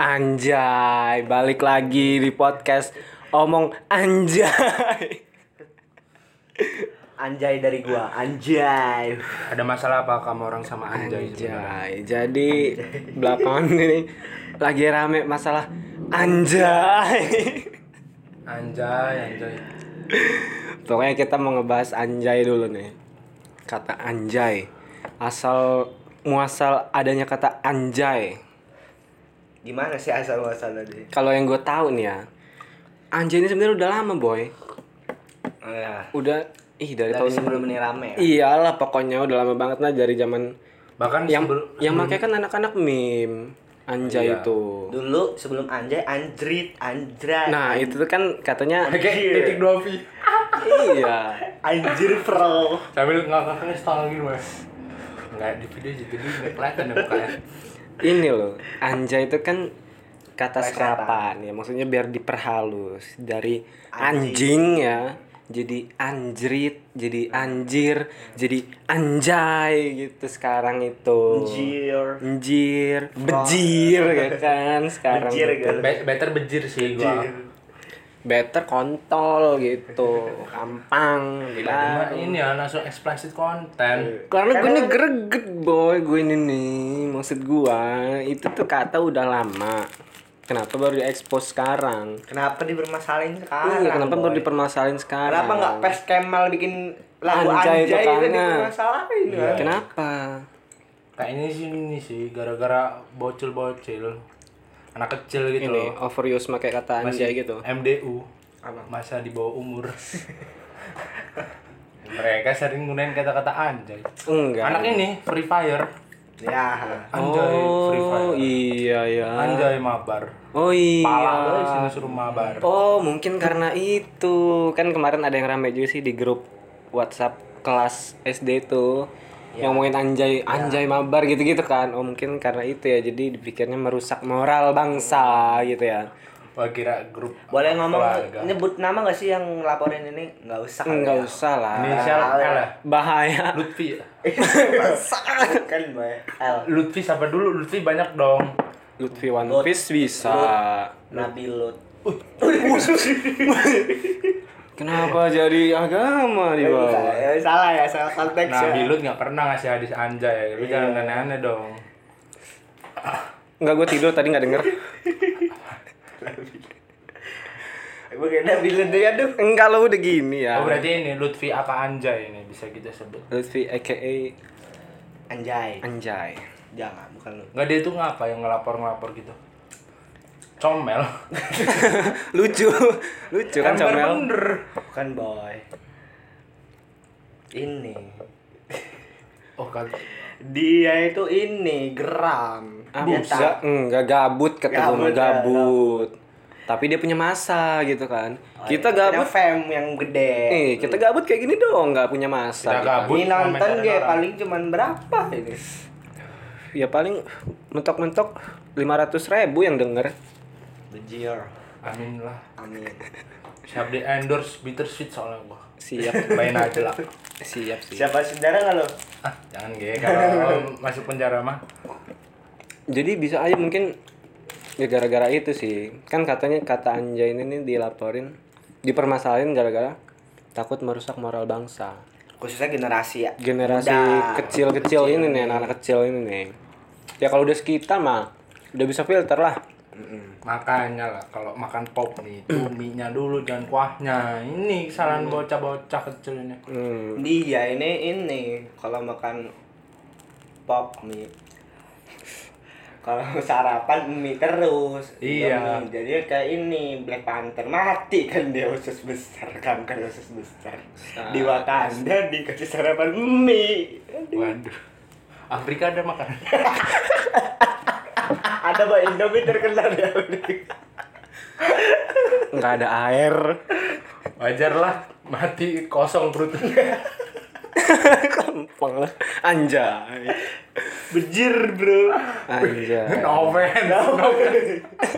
Anjay, balik lagi di podcast Omong Anjay. Anjay dari gua, anjay. Ada masalah apa kamu orang sama Anjay sebenarnya? Anjay, jadi belakangan ini lagi rame masalah Anjay. Anjay. Pokoknya kita mau ngebahas Anjay dulu nih. Kata Anjay, asal muasal adanya kata Anjay. Gimana sih asal muasalnya deh? Kalau yang gue tahu nih ya, Anjay ini sebenarnya udah lama, boy. Oh, ya. Udah dari Dari tahun sebelum ini rame ya? Iyalah, pokoknya udah lama banget lah, dari zaman Bahkan yang pakai kan anak-anak meme Anjay Iya. itu. Dulu sebelum anjay, anjay. Nah, itu tuh kan katanya kayak titik 2 V. iya. Anjir pro. Sambil ngakak style gitu, Mas. Enggak di video jadi enggak kelihatan ya mukanya. Ini loh, Anjay itu kan kata Plesetan. serapan ya, maksudnya biar diperhalus dari anjing ya, jadi anjrit, jadi anjir, jadi anjay gitu sekarang itu. Anjir, bejir ya kan sekarang. Bejir, gitu. kan? Better bejir sih gua. Better kontol gitu, gampang Cuma bilang. ini ya langsung explicit content. Karena gue ini greget, boy, gue ini nih, maksud gue itu tuh kata udah lama. Kenapa baru diekspos sekarang? Kenapa dipermasalahin sekarang? Iya, kenapa boy? baru dipermasalahin sekarang? Kenapa nggak Pes Kemal bikin lagu Anjay anjay, itu itu karena- dipermasalahin? Iya. kan? Kenapa? Kayak ini sih gara-gara bocil-bocil. Anak kecil gitu. Ini overuse pakai kata anjay gitu. MDU. Masa di bawah umur. Mereka sering gunain kata-kata anjay. Enggak. Anak ini Free Fire. Ya. Anjay Free Fire. Iya ya. Anjay mabar. Oh iya. Pala guys ini suruh mabar. Oh, mungkin karena itu. Kan kemarin ada yang rame juga sih di grup WhatsApp kelas SD itu. Ya. Ngomongin anjay mabar gitu-gitu kan. Oh, mungkin karena itu ya. Jadi dipikirnya merusak moral bangsa gitu ya. Wah kira grup Boleh ngomong keluarga. nyebut nama nggak sih yang laporin ini? Nggak usah. kali Enggak ya. usah lah. Inisial L ya? Bahaya. Lutfi ya? Kan boy. L. Lutfi siapa dulu? Lutfi banyak dong. Lutfi One Piece bisa. Nabi Lut. Kenapa jadi agama di bawah? Salah ya, salah konteks ya. Nabi Lut nggak pernah ngasih hadis anjay. Lu jangan aneh-aneh dong. Enggak, gue tidur tadi nggak denger. Gue kayak Nabi Lut ya, aduh. Enggak, lo udah gini ya. Oh berarti ini Lutfi apa anjay ini bisa kita sebut. Lutfi aka Anjay. Anjay. Jangan, bukan lu. Nggak dia tuh ngapa yang ngelapor gitu? Comel. Lucu kan comel. Bener. Bukan boy. Ini. Oh kan. Dia itu ini geram. Ah, Dia bisa enggak gabut kata gue, Gabut, ya, gabut. Tapi dia punya masa gitu kan. Kita punya gabut. fame yang gede. Kita gabut kayak gini dong, nggak punya masa. Kita gitu. gabut. Ini nonton komentarin gue orang. paling cuman berapa ini? Ya paling mentok-mentok 500.000 yang denger. Bejir. Amin lah. Amin. Siap di endorse bittersweet soalnya gua. Siap. Main aja lah. Siap. Siapa saudara nggak lo? Ah, jangan gue kalau masuk penjara mah. Jadi bisa aja mungkin ya gara-gara itu sih. Kan katanya kata anjay ini nih dilaporin, dipermasalahin gara-gara takut merusak moral bangsa. Khususnya generasi ya. Generasi muda. kecil-kecil ini nih, anak-anak kecil ini nih. Ya kalau udah sekitar mah udah bisa filter lah. Makanya lah kalau makan pop nih, tuh mie-nya dulu jangan kuahnya. Ini kesalahan bocah-bocah kecil ini. Dia ini kalau makan pop mie. Kalau sarapan mie terus. Iya. Indomie. Jadi kayak ini Black Panther mati kan dia usus besar, kanker usus besar. Di Wakanda dikasih sarapan mie. Waduh. Afrika ada makanan. Ada Pak Indomie terkenal ya. Nggak ada air. Wajar lah, mati kosong perut. Gampang lah. Anjay. Bejir, Bro. Anjay. No offense.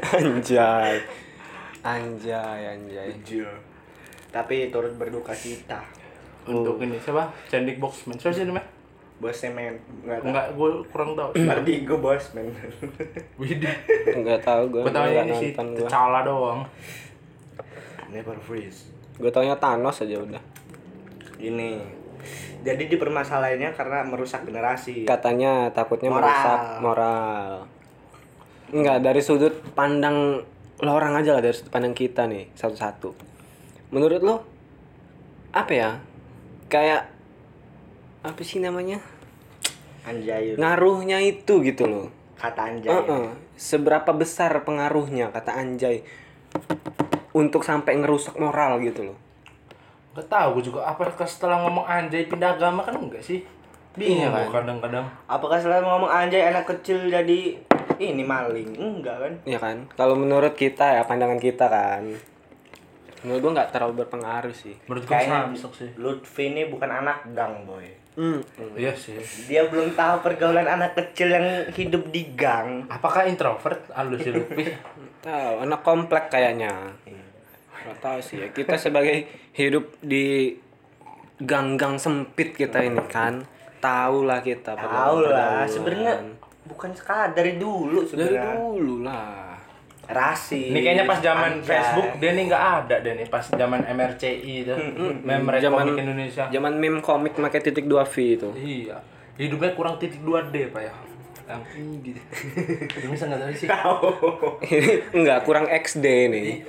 Anjay. Bejir. Tapi turut berduka cita. Untuk ini siapa? Candik Boxman. Siapa sih namanya? Bosnya men. Enggak, gue kurang tahu. Berarti gue bos men. Widih. Enggak tahu gue. Gue taunya ini sih T'Challa doang. Never freeze. Gue taunya Thanos aja udah. Ini. Jadi dipermasalahannya karena merusak generasi. Katanya takutnya Moral. merusak moral. Enggak, dari sudut pandang lo orang aja lah, dari sudut pandang kita nih satu-satu. Menurut lo apa ya? Kayak apa sih namanya? Anjay. Ngaruhnya itu gitu loh. Kata anjay. Seberapa besar pengaruhnya kata anjay untuk sampai ngerusak moral gitu loh. Gak tahu gue juga apakah setelah ngomong anjay pindah agama kan enggak sih? Bingung Iya kan? gua kadang-kadang. Apakah setelah ngomong anjay anak kecil jadi ini maling? Enggak kan? Iya kan? Kalau menurut kita ya, pandangan kita kan. Menurut gua nggak terlalu berpengaruh sih. Menurut gue Kayaknya besok sih. Lutfi ini bukan anak gang boy. Iya sih. Dia belum tahu pergaulan anak kecil yang hidup di gang. Apakah introvert Aldo si Lutfi? Tahu, anak komplek kayaknya. Nggak tahu sih ya. Kita sebagai hidup di gang-gang sempit kita ini kan, tahu lah kita. Tahu lah. pergaulan. Sebenarnya bukan sekadar dari dulu dari sebenarnya. dulu lah. Rasi. Ini kayaknya pas zaman anjay. Facebook dia nih nggak ada deh nih pas zaman MRCI itu. Meme Republik Indonesia. Zaman meme komik pakai titik 2 V itu. Iya. Hidupnya kurang titik 2D Pak ya. Yang gitu. Ini bisa nggak tahu sih. Tahu. Enggak, kurang XD nih.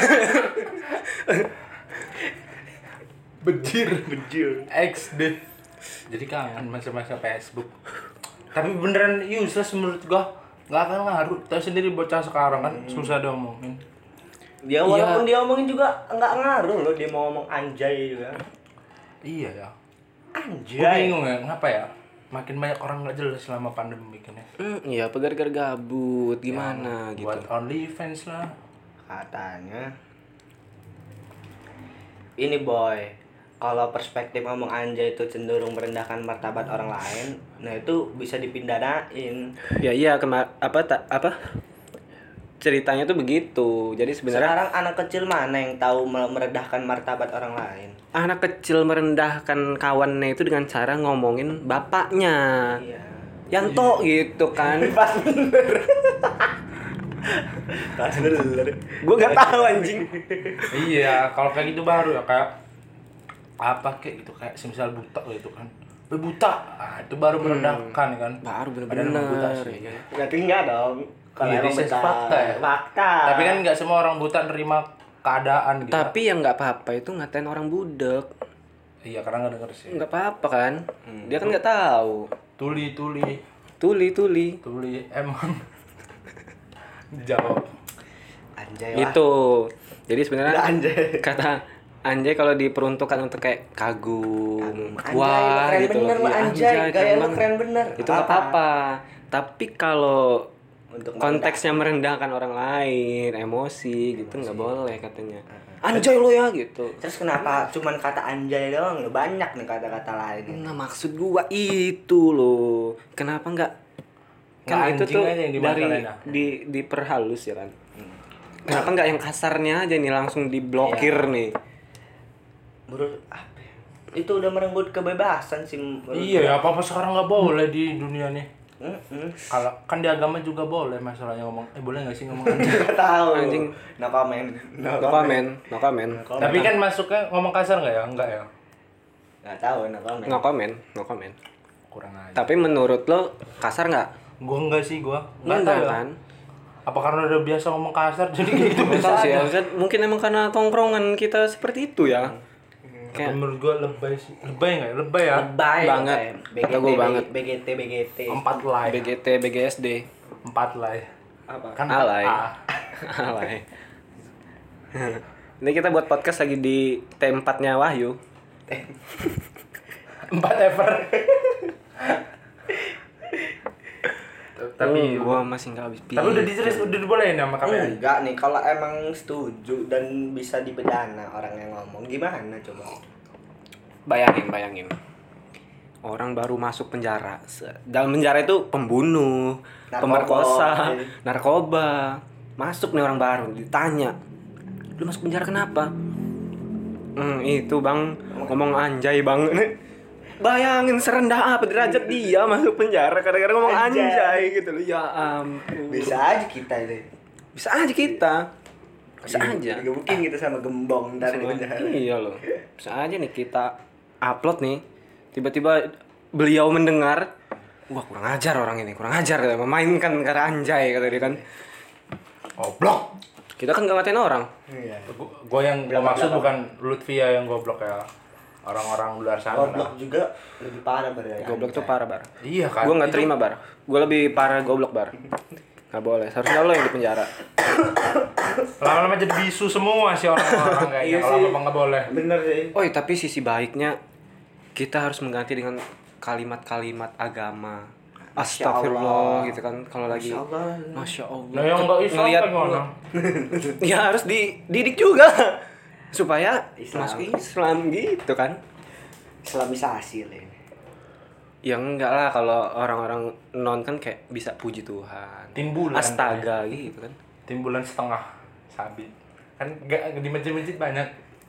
Bejir. XD. Jadi kangen masa-masa Facebook. Tapi beneran useless menurut gua. Nggak akan ngaruh. Tahu sendiri bocah sekarang kan susah diomongin. Dia walaupun dia omongin juga enggak ngaruh loh, dia mau ngomong anjay juga. Iya ya. Gua Anjay. bingung ya, kenapa ya? Makin banyak orang nggak jelas selama pandemi kan ya. Iya, gara-gara gabut gimana gitu. Buat OnlyFans lah. Katanya ini boy, kalau perspektif ngomong anjay itu cenderung merendahkan martabat orang lain, nah itu bisa dipidanain. Ya iya, apa ceritanya tuh begitu. Jadi sebenarnya Sekarang anak kecil mana yang tahu merendahkan martabat orang lain? anak kecil merendahkan kawannya itu dengan cara ngomongin bapaknya. Iya. Yanto gitu kan. Pas bener. Pas bener. Gue nggak tahu anjing. Iya, kalau kayak gitu baru ya kayak apa kayak gitu kayak semisal buta gitu kan. Buta. Ah, itu baru merendahkan kan. Baru Padahal emang buta bener-bener. sih kan. Berarti enggak dong. Kalau Iya, emang this is betul. fakta ya. Fakta. Tapi kan nggak semua orang buta nerima keadaan gitu. Tapi yang nggak apa-apa itu ngatain orang budak. Iya, karena nggak denger sih. Nggak apa-apa kan? Dia kan nggak tahu. Tuli Tuli. emang jawab. anjay lah. Itu. Jadi sebenarnya Udah anjay. kata anjay kalau diperuntukkan untuk kayak kagum, Anjay, wah keren gitu bener loh. lo Iya, anjay, gaya keren lo banget. keren bener. Itu nggak apa-apa. Tapi kalau Untuk konteksnya merendahkan orang lain, emosi gitu nggak boleh katanya. Anjay lo ya gitu. Terus kenapa cuman kata anjay doang? Lo banyak nih kata-kata lain. Nah maksud gua itu loh. Kenapa nggak? Kan Nggak itu anjing tuh aja yang dari dimasalahin, ah. diperhalus ya kan. Kenapa nggak yang kasarnya aja nih langsung diblokir nih? Menurut apa ya? Itu udah merenggut kebebasan sih. menurut Iya, gua. ya apa-apa sekarang nggak boleh di dunia nih. Mm-mm. Kalau kan di agama juga boleh masalahnya ngomong. Boleh nggak sih ngomong anjing? Nggak tahu. Anjing. No comment. No comment, no comment, Tapi kan masuknya ngomong kasar nggak ya? Enggak ya? Nggak tahu no comment. no comment, no comment. Kurang aja. Tapi menurut lo kasar nggak? Gua enggak sih gua. Nggak Enggak tahu ya. kan? Apa karena udah biasa ngomong kasar jadi gitu Nggak tahu bisa sih ya. aja. Maksudnya mungkin emang karena tongkrongan kita seperti itu ya. Tapi Kayak menurut gua lebay sih. Lebay nggak ya? Lebay ya? Lebay Banget. BGT, Kata gua banget. BGT. 4 like. BGT, BGSD, 4 like. Apa? Kan alay, A. alay. Ini kita buat podcast lagi di tempatnya Wahyu. 4 ever. Tapi gua masih nggak habis pikir. Tapi udah udah dibolehin sama KPI. Enggak nih, kalau emang setuju dan bisa dipidana orang yang ngomong, gimana coba? Bayangin. Orang baru masuk penjara. Dalam penjara itu pembunuh, Narkoba. pemerkosa, narkoba. Masuk nih orang baru, ditanya, "Lu masuk penjara kenapa?" Itu bang, ngomong anjay bang. bayangin serendah apa derajat dia masuk penjara kadang-kadang ngomong anjay gitu loh. Ya ampun. Bisa aja kita ini. Bisa aja kita. Bisa aja. Mungkin kita sama gembong ntar di penjara. Iya loh. Bisa aja nih kita upload nih. Tiba-tiba beliau mendengar, wah kurang ajar orang ini, kurang ajar katanya, memainkan kata anjay kata dia kan. Goblok. Kita kan gak ngatain orang. Iya. Gue yang gue maksud bukan Lutfia yang goblok ya. Orang-orang luar sana. Goblok juga lebih parah bar ya. Goblok tuh parah, Bar. Iya kan. Gue gak terima, Bar. Gue lebih parah goblok, Bar. Gak boleh, seharusnya lo yang di penjara. Lama-lama jadi bisu semua sih orang-orang kayaknya. Kalau memang gak boleh. Bener sih. Oh, tapi sisi baiknya kita harus mengganti dengan kalimat-kalimat agama. Astagfirullah gitu kan kalau lagi Masya Allah. Nah yang nggak Islam ngelihat gimana? ya harus dididik juga supaya Islam. masuk Islam gitu kan. Islamisasi lah ini. Ya enggak lah kalau orang-orang non kan kayak bisa puji Tuhan. Timbulan. Astaga gitu kan. Timbulan setengah sabit. Kan nggak di masjid-masjid banyak.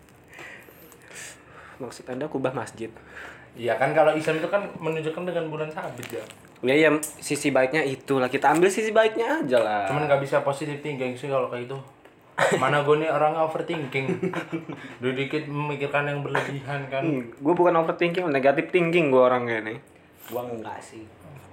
Maksud Anda kubah masjid. Iya kan kalau Islam itu kan menunjukkan dengan bulan sabit ya. Ya sisi baiknya itulah kita ambil sisi baiknya aja lah. Cuman nggak bisa positive thinking sih kalau kayak itu. Mana gue nih orangnya overthinking. Udah dikit memikirkan yang berlebihan kan. Gue bukan overthinking, negatif thinking gue orangnya nih. Gua enggak sih.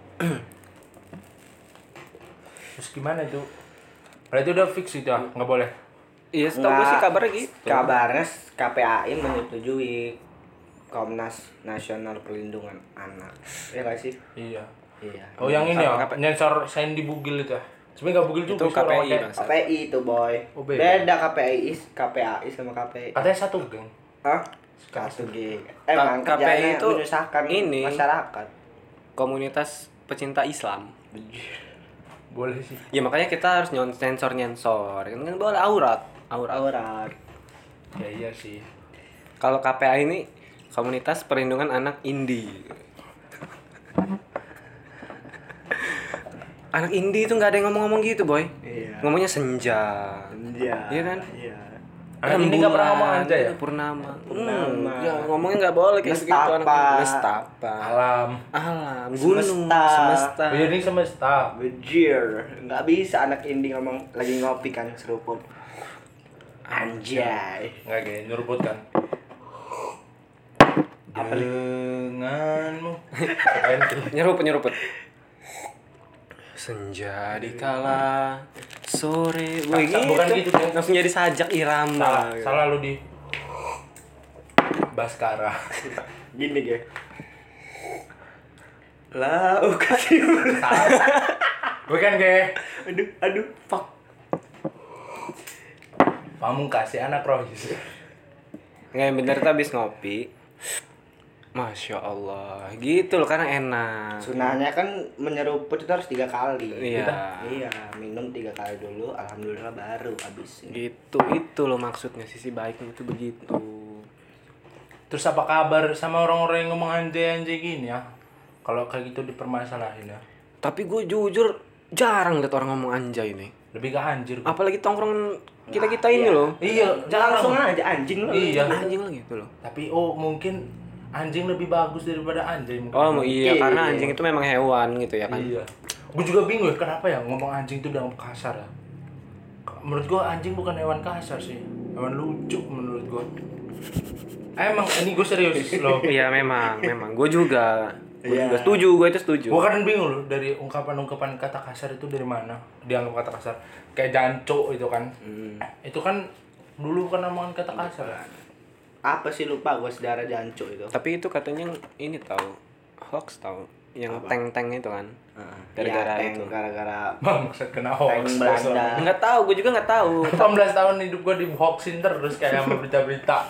Terus gimana itu? Berarti udah fix itu ya, nggak boleh. Iya, setahu gue sih kabarnya gitu. Kabarnya KPAI menyetujui Komnas Nasional Perlindungan Anak. Iya nggak sih? Iya. Iya. Oh yang ini ya, Apa- nyensor sign di bugil itu ya. Sebenarnya nggak bugil juga Itu sih orang KPI, pakai. Bang. KPI itu boy. Oh, beda. Beda KPAI sama KPI. Katanya satu geng. Hah? Satu G. Emang KPI kerjanya itu menyusahkan ini. masyarakat. Komunitas pecinta Islam. Boleh sih. Ya makanya kita harus nyensor kan boleh aurat. Aurat. Ya iya sih. Kalau KPA ini komunitas perlindungan anak indie. Anak indie itu nggak ada yang ngomong-ngomong gitu boy. Iya. Ngomongnya senja. Iya. Iya kan? Iya. Anak indie nggak pernah ngomong anjay ya? Purnama. Purnama. Ya ngomongnya nggak boleh kayak gitu anak Nestapa. Nestapa. Alam. Alam, gunung, Semesta. semesta. Oh, ini semesta. Bejir. Nggak bisa anak indie ngomong lagi ngopi kan seruput. Anjay. Nggak kayak nyeruput kan. Apa nih? Denganmu. Keren tuh. Nyeruput. Senja di kala sore. Wah, Bukan gitu, Bang. Langsung jadi sajak irama. Salah lu di Baskara. Gini ge. Lah, kasih. Bukan kayak Aduh, fuck. Pamungkas ya anak Rohis. Nggak, yang bener tuh habis ngopi. Masya Allah, gitu loh karena enak. Sunahnya kan menyeruput itu harus 3 kali. Iya. Iya, minum 3 kali dulu, alhamdulillah baru habis. Gitu, itu loh maksudnya sisi baiknya itu begitu. Terus apa kabar sama orang-orang yang ngomong anjay-anjay gini ya? Kalau kayak gitu dipermasalahin ya. Tapi gue jujur jarang liat orang ngomong anjay nih. Lebih ke anjir. Gua. Apalagi tongkrongan kita ini loh. Iya, Langsung jarang. aja anjing lo. Iya. Anjing lah gitu loh. Tapi mungkin anjing lebih bagus daripada anjay mungkin. Oh iya, Iya. karena anjing itu memang hewan gitu ya kan. Iya. Gue juga bingung ya kenapa ya ngomong anjing itu udah kasar ya. Menurut gue anjing bukan hewan kasar sih. Hewan lucu menurut gue. Emang ini gue serius loh. Iya memang. Gue juga. Gue Iya. juga setuju, gue itu setuju. Gue kadang bingung loh dari ungkapan-ungkapan kata kasar itu dari mana dianggap kata kasar. Kayak janco itu kan. Itu kan dulu kan omongan kata kasar. Apa sih lupa gue sejarah jancu itu. Tapi itu katanya ini tahu hoax tahu yang tank-tank itu kan. Gara-gara Iya, itu. gara-gara Bangsat kena tank hoax. Belanda. Enggak tahu, gue juga enggak tahu. 18 tahun hidup gue di hoaxin terus kayak sama berita-berita.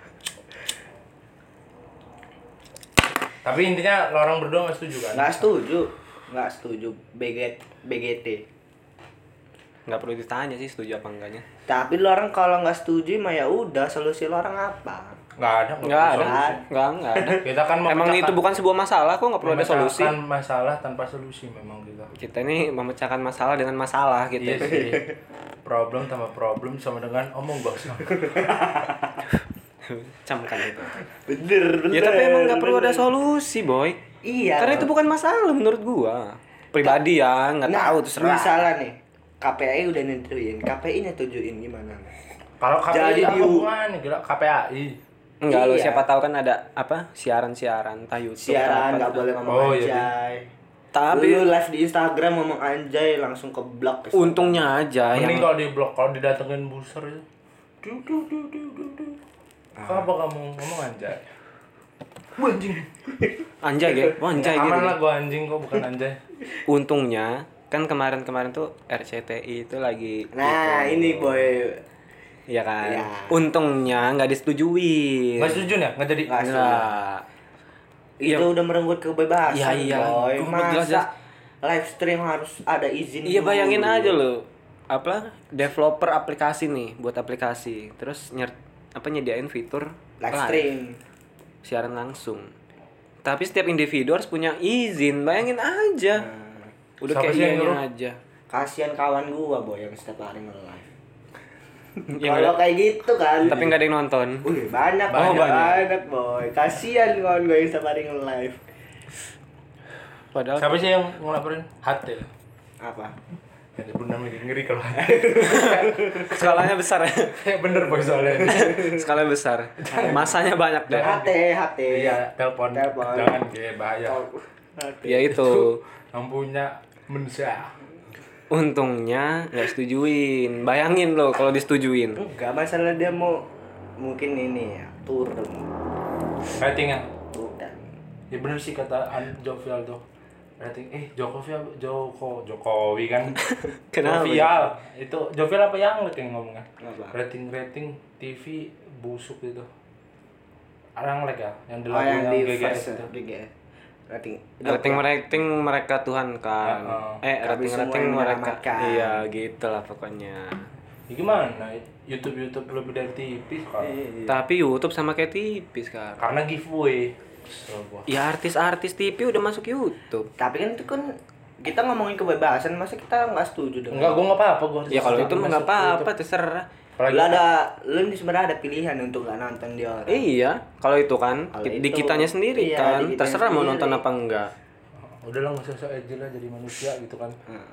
Tapi intinya lo orang berdua gak setuju kan? Nggak setuju. BGT. Enggak perlu ditanya sih setuju apa enggaknya. Tapi lo orang kalau nggak setuju mah ya udah, solusi lo orang apa? Nggak ada. Enggak ada. solusi. Enggak ada. Kita kan Emang itu bukan sebuah masalah kok, enggak perlu ada solusi. memecahkan masalah tanpa solusi memang kita. Kita ini memecahkan masalah dengan masalah gitu. Iya sih. Problem tambah problem sama dengan omong gosong. Camkan itu. Bener. Ya tapi emang nggak perlu ada solusi, boy. Iya. Karena itu bukan masalah menurut gua. Pribadi ya, nggak tahu terserah. Misalnya nih, KPI udah nentuin, KPI nyetujuin gimana? Kalau Jadi KPI apa di- hubungannya kira KPAI? Enggak lo Iya. siapa tahu kan ada apa siaran-siaran entah YouTube Siaran apa. nggak boleh ngomong Oh, iya, anjay. Tapi Lu live di Instagram ngomong anjay langsung ke blok. untungnya aja Mending yang kalau di blok, kalau didatengin buser itu. Du. Apa kamu ngomong anjay? Wah, anjing. anjay ya, anjay Aman gitu. lah gua anjing kok bukan anjay. Untungnya kan kemarin-kemarin tuh RCTI itu lagi Nah, gitu. ini boy. Iya kan. Iya. Untungnya nggak disetujui. Nggak setuju ya? Nggak jadi? Nggak. Nah, Itu udah merenggut kebebasan, Iya, iya. boy. Gua jelas-jelas. Masa live stream harus ada izin iya dulu? bayangin aja lo apa developer aplikasi nih buat aplikasi terus nyediain fitur Live stream. siaran langsung. Tapi setiap individu harus punya izin. Bayangin aja. Udah Siapa kayak sih yang ianya nyuruh? aja. Kasihan kawan gua boy yang setiap hari nge-live. Ya, Kalau kayak gitu kan. tapi nggak ada yang nonton. Wih, banyak, Banyak. banyak boy. Kasihan kawan gue yang setiap hari nge-live. Padahal Siapa sih yang ngelaporin? Hati. Apa? Ya, bener ngeri kalau skalanya besar ya. bener boy soalnya. Skala besar. Masanya banyak dah. HT. Iya, telepon. Telepon. Jangan kayak bahaya. HT. Ya itu. Yang punya manusia. Untungnya nggak setujuin. Bayangin loh kalau disetujuin. Enggak masalah dia mau mungkin ini ya turun. Ratingnya. Bukan. Ya bener sih kata Jovial tuh. Rating Jokowi kan. Kenapa? Jovial. Itu Jovial apa yang rating ngomongnya? Apa? Rating TV busuk itu. Yang ya, yang Oh yang di GGS itu. GGS. Rating mereka Tuhan kan. Heeh. Kami semua rating yang mereka. menyelamatkan. Iya gitulah pokoknya. Ya gimana? YouTube lebih dari TV sekarang. Iya. Tapi YouTube sama kayak TV sekarang. Karena giveaway. Kesel gua. Ya artis-artis TV udah masuk YouTube. Tapi kan itu kan kita ngomongin kebebasan, masa kita nggak setuju dengan? Enggak, gua enggak apa-apa gua. Ya kalau itu mah nggak masuk apa-apa YouTube. terserah. Apalagi Lu sebenarnya ada pilihan untuk nggak nonton dia orang. Iya, kalau itu kan Kalau di itu, kitanya sendiri iya, kan, di kitanya terserah mau sendiri. nonton apa enggak. udah lah nggak usah sok aja lah jadi manusia gitu kan.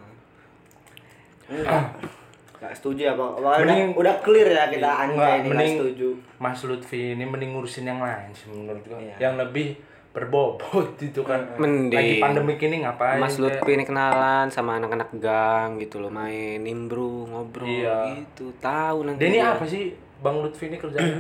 Nggak setuju apa? Udah, Mending- udah clear ya kita Nggak, anjay ini nggak mending- setuju. Mas Lutfi ini mending ngurusin yang lain sih menurut gua. Iya. Yang lebih berbobot gitu kan. Mending. Lagi pandemik ini ngapain? Mas kayak- Lutfi ini kenalan sama anak-anak gang gitu loh, main nimbrung, ngobrol Iya. gitu. Tahu nanti. Dia ini dia. apa sih Bang Lutfi ini kerjanya?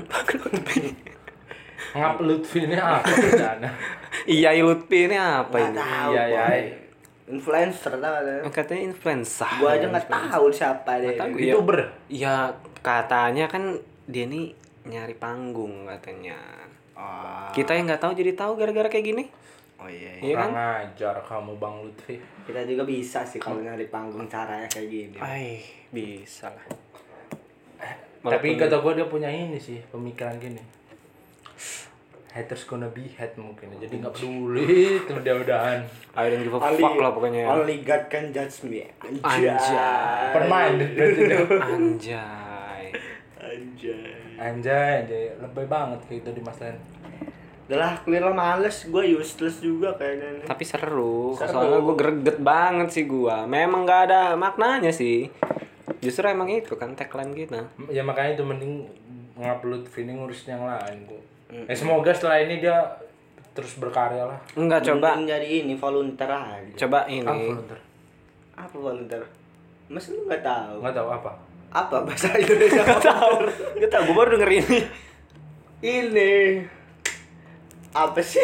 Ngap Lutfi ini apa kerjanya? Iya, Lutfi ini apa Nggak ini? tahu. Iya, iya. Boy. Influencer tahu kan? Katanya influencer. Gua aja nggak tahu siapa dia. Nggak tahu. Iya. YouTuber. Ya katanya kan dia nih nyari panggung katanya. Oh, Kita yang nggak tahu jadi tahu gara-gara kayak gini. oh iya. Iya kan? Kurang ajar kamu Bang Lutfi. Kita juga bisa sih kalau nyari panggung caranya kayak gini. Ay, bisa lah. Tapi Walaupun- kata gue dia punya ini sih pemikiran gini. Haters gonna be hate mungkin. Jadi nggak peduli itu udah-udahan. I don't give a fuck lah pokoknya. Only God can judge me. Anjay. Open-minded berarti dia. Anjay. Anjay, lebay banget kayak itu di Mas Len. Udah lah, clear lah, males. Gue useless juga kayaknya. Tapi seru. Seru. Soalnya gue greget banget sih gua. Memang nggak ada maknanya sih. Justru emang itu kan tagline kita. Ya makanya itu mending ngupload Lutfi ini ngurusin yang lain kok. Semoga setelah ini dia terus berkarya lah. Enggak coba. Mending jadi ini volunteer aja. Coba Apa ini. volunteer? Apa volunteer? Masa lu nggak tahu? Nggak tahu apa. Apa bahasa Indonesia? tahu. Gak tau. Gue baru denger ini. Ini apa sih?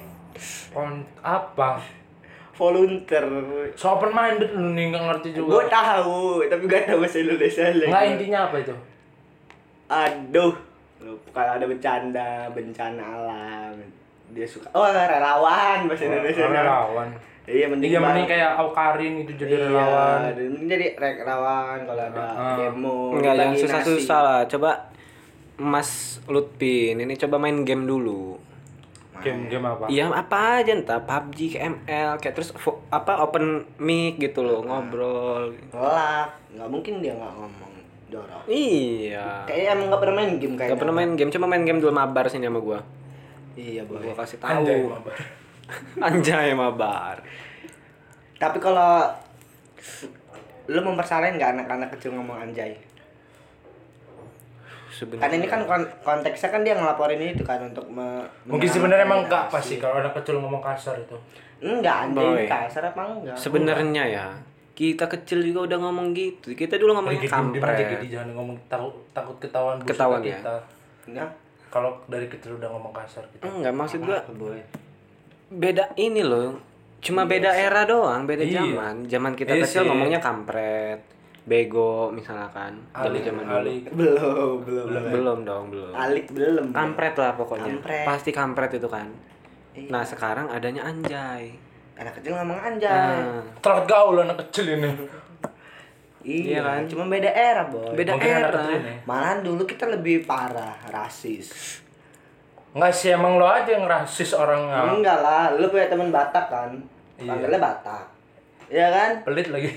Apa? Volunteer. So open minded lu nih nggak ngerti juga. Gue tahu, tapi gak tahu bahasa Indonesia lagi. Nggak intinya apa itu? Aduh, kalau ada bencana alam, dia suka. Oh, relawan bahasa Indonesia. Relawan. Iya, mending. Iya mending kayak Aukarin itu jadi relawan. Iya, mending jadi relawan kalau ada demo. Enggak, jangan dibagi susah-susah nasi. lah. Coba Mas Lutfi ini coba main game dulu. Game apa? Iya apa aja entah PUBG, ML, kayak terus apa open mic gitu loh, ngobrol. Ngelak, nggak mungkin dia nggak ngomong. Dorong. Iya. Kayaknya emang gak pernah main game kayaknya. Gak pernah main game, cuma main game dua mabar sini sama gua. Iya, Boy. Gua kasih tahu. Anjay mabar. Anjay mabar. Tapi kalau lu mempersalahin nggak anak-anak kecil ngomong anjay? Sebenarnya. Kan ini kan konteksnya kan dia ngelaporin itu kan untuk Mungkin sebenarnya emang enggak pas sih kalau anak kecil ngomong kasar itu. Enggak, anjay Boy. ini kasar apa enggak? Sebenarnya ya, kita kecil juga udah ngomong gitu. Kita dulu ngomongnya Gede aja kampret. Gede, jangan ngomong takut ketahuan busuk Ketahuan ya? kita. Enggak. Kalau dari kecil udah ngomong kasar gitu. Enggak, maksud gua Boy. beda ini loh. Cuma beda era doang, beda Iya. zaman. Zaman kita Iya kecil sih. ngomongnya kampret, bego misalkan. Zaman dulu. Ali. Belum dong, belum. Alik belum. Kampret lah pokoknya. Kampret. Pasti kampret itu kan. Iya. Nah, sekarang adanya anjay. Anak kecil ngomong anjay. Nah, Telat gaul anak kecil ini. Iya Iya kan? Cuma beda era, Boy. beda Mungkin anak era. kecil nih. Malahan dulu kita lebih parah, rasis. Enggak sih, emang lo aja yang rasis orangnya. Enggak lah, lu punya teman Batak kan? Iya. Panggilnya Batak. Iya kan? Pelit lagi.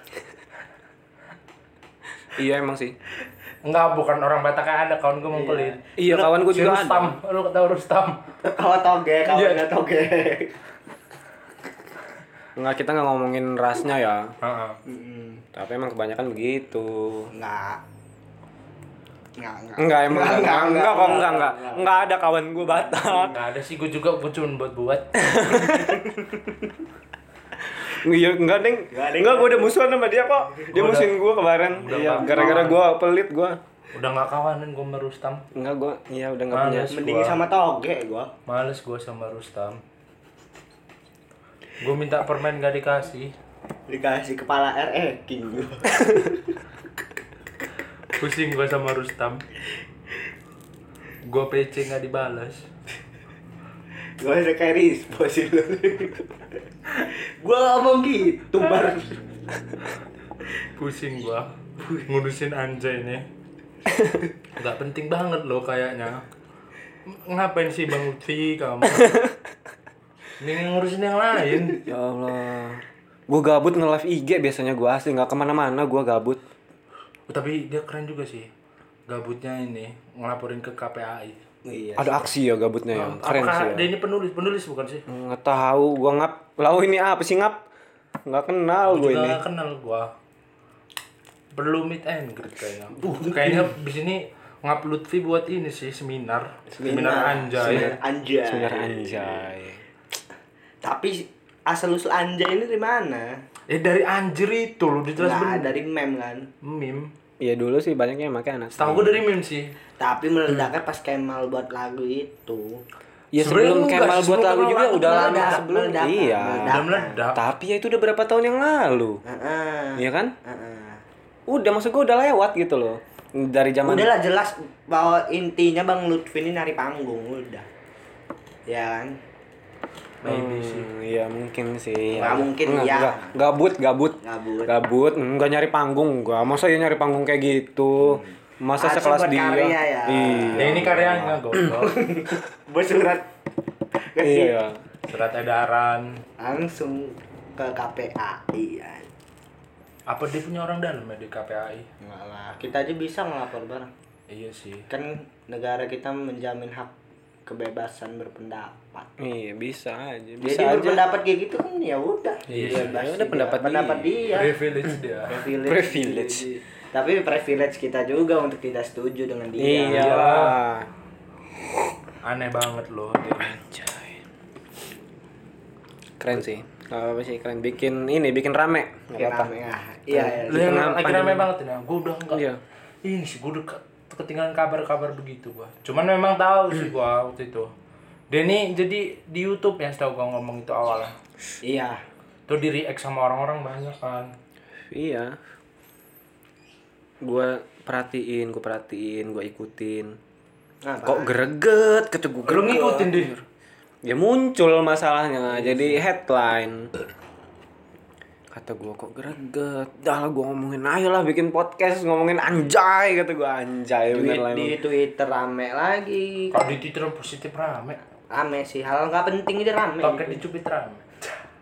Iya emang sih. Enggak, bukan orang Batak, ada kawan gue mau pelit. Iya, kawan gue Si juga Rustam, ada. lu tahu Rustam? Kawan toge, kawannya Iya. toge. Enggak, kita nggak ngomongin rasnya ya. Heeh. Tapi emang kebanyakan begitu. Enggak. Enggak emang enggak ada kawan gue Batak. Enggak ada sih, gue juga cuma buat-buat. Iya enggak deng. Enggak, gue udah musuhan sama dia kok. Dia Gua musuhin gue kemarin. udah Iya, nggak gara-gara gue pelit gue. Udah enggak kawanan gue sama Rustam. Enggak, gue iya udah nggak punya. Males. Mending Gua. sama toge gua. Males gue sama Rustam. Gue minta permen gak dikasih. Dikasih kepala king gua. Pusing gue sama Rustam. Gue PC gak dibalas. Gua ada kayak Rispo sih lu. Gua ngomong gitu bar. Pusing gue ngurusin anjay nih. Gak penting banget loh kayaknya. Ngapain sih Bang Lutfi kamu? Ini ngurusin yang lain. Ya Allah. Gue gabut nge-live IG biasanya, gue asli nggak kemana-mana, gue gabut. Tapi dia keren juga sih. Gabutnya ini ngelaporin ke KPAI. Iya. Ada aksi ya gabutnya ya. Keren Apakah sih ya. dia ini penulis bukan sih? Nggak tahu, gue ngap. Lalu ini apa sih ngap? Nggak kenal gue juga ini. gak kenal gua. Perlu meet and greet kayaknya. Kayaknya di sini ngap Lutfi buat ini sih seminar anjay. Anjay. Seminar anjay. Tapi asal usul anjay ini dari mana? Dari anjir itu loh, jelas Nah, bener. dari meme kan. Meme. Iya dulu sih banyaknya yang pakai anak. Setahu gua dari meme sih. Tapi meledaknya pas Kemal buat lagu itu. Ya Sebenarnya sebelum enggak Kemal sih, buat sebelum lagu Kemal juga lagu udah lama meledak, sebelum. meledak, Iya. meledak. Udah meledak. Tapi ya itu udah berapa tahun yang lalu. Heeh. Iya kan? Heeh. Udah, maksud gue udah lewat gitu loh. Dari zaman Udahlah jelas bahwa intinya Bang Lutfi ini nari panggung udah. Ya kan? Maybe sih. Iya mungkin sih. Nggak mungkin, Nggak, iya. nggak. Gabut. Gabut. Gabut, nggak nyari panggung gua. Masa ya nyari panggung kayak gitu? Masa Harusnya sekelas buat dia? karya ya. Iya. Ya ini karyanya goblok. Bersurat ke Iya. Surat edaran. langsung ke KPAI ya. Apa dia punya orang dalam ya di KPAI? Enggak lah, kita aja bisa ngelapor bareng. Iya sih. Kan negara kita menjamin hak kebebasan berpendapat. Iya, bisa aja. Jadi Bisa aja. berpendapat kayak gitu kan ya udah. Iya, Bebas ya udah, dia. pendapat dia. Privilege dia. Privilege. Tapi privilege kita juga untuk tidak setuju dengan dia. Iya. Aneh banget loh dia. Keren sih. Gak apa sih, keren. Bikin rame. Gak Kayak apa-apa. rame ya. Iya, iya. Lu yang tengah lagi pandemi. rame banget ini. Gue udah enggak. Iya. Ini sih gue udah ketinggalan kabar-kabar begitu gua. Cuman memang tahu sih gua waktu itu. Denny jadi di YouTube yang setahu gua ngomong itu awalnya. Iya. Tuh di react sama orang-orang banyak kan. Iya. Gue perhatiin, gue ikutin. Nah, Kok greget, kata gue Lu ngikutin deh. Ya muncul masalahnya, jadi headline. Kata gue kok greget. Dah lah gue ngomongin ayo lah bikin podcast ngomongin anjay, kata gue anjay bener lah di emang. Twitter rame lagi. Kalau di Twitter positif rame. Rame sih, hal nggak penting itu rame. Pakai dicubit rame.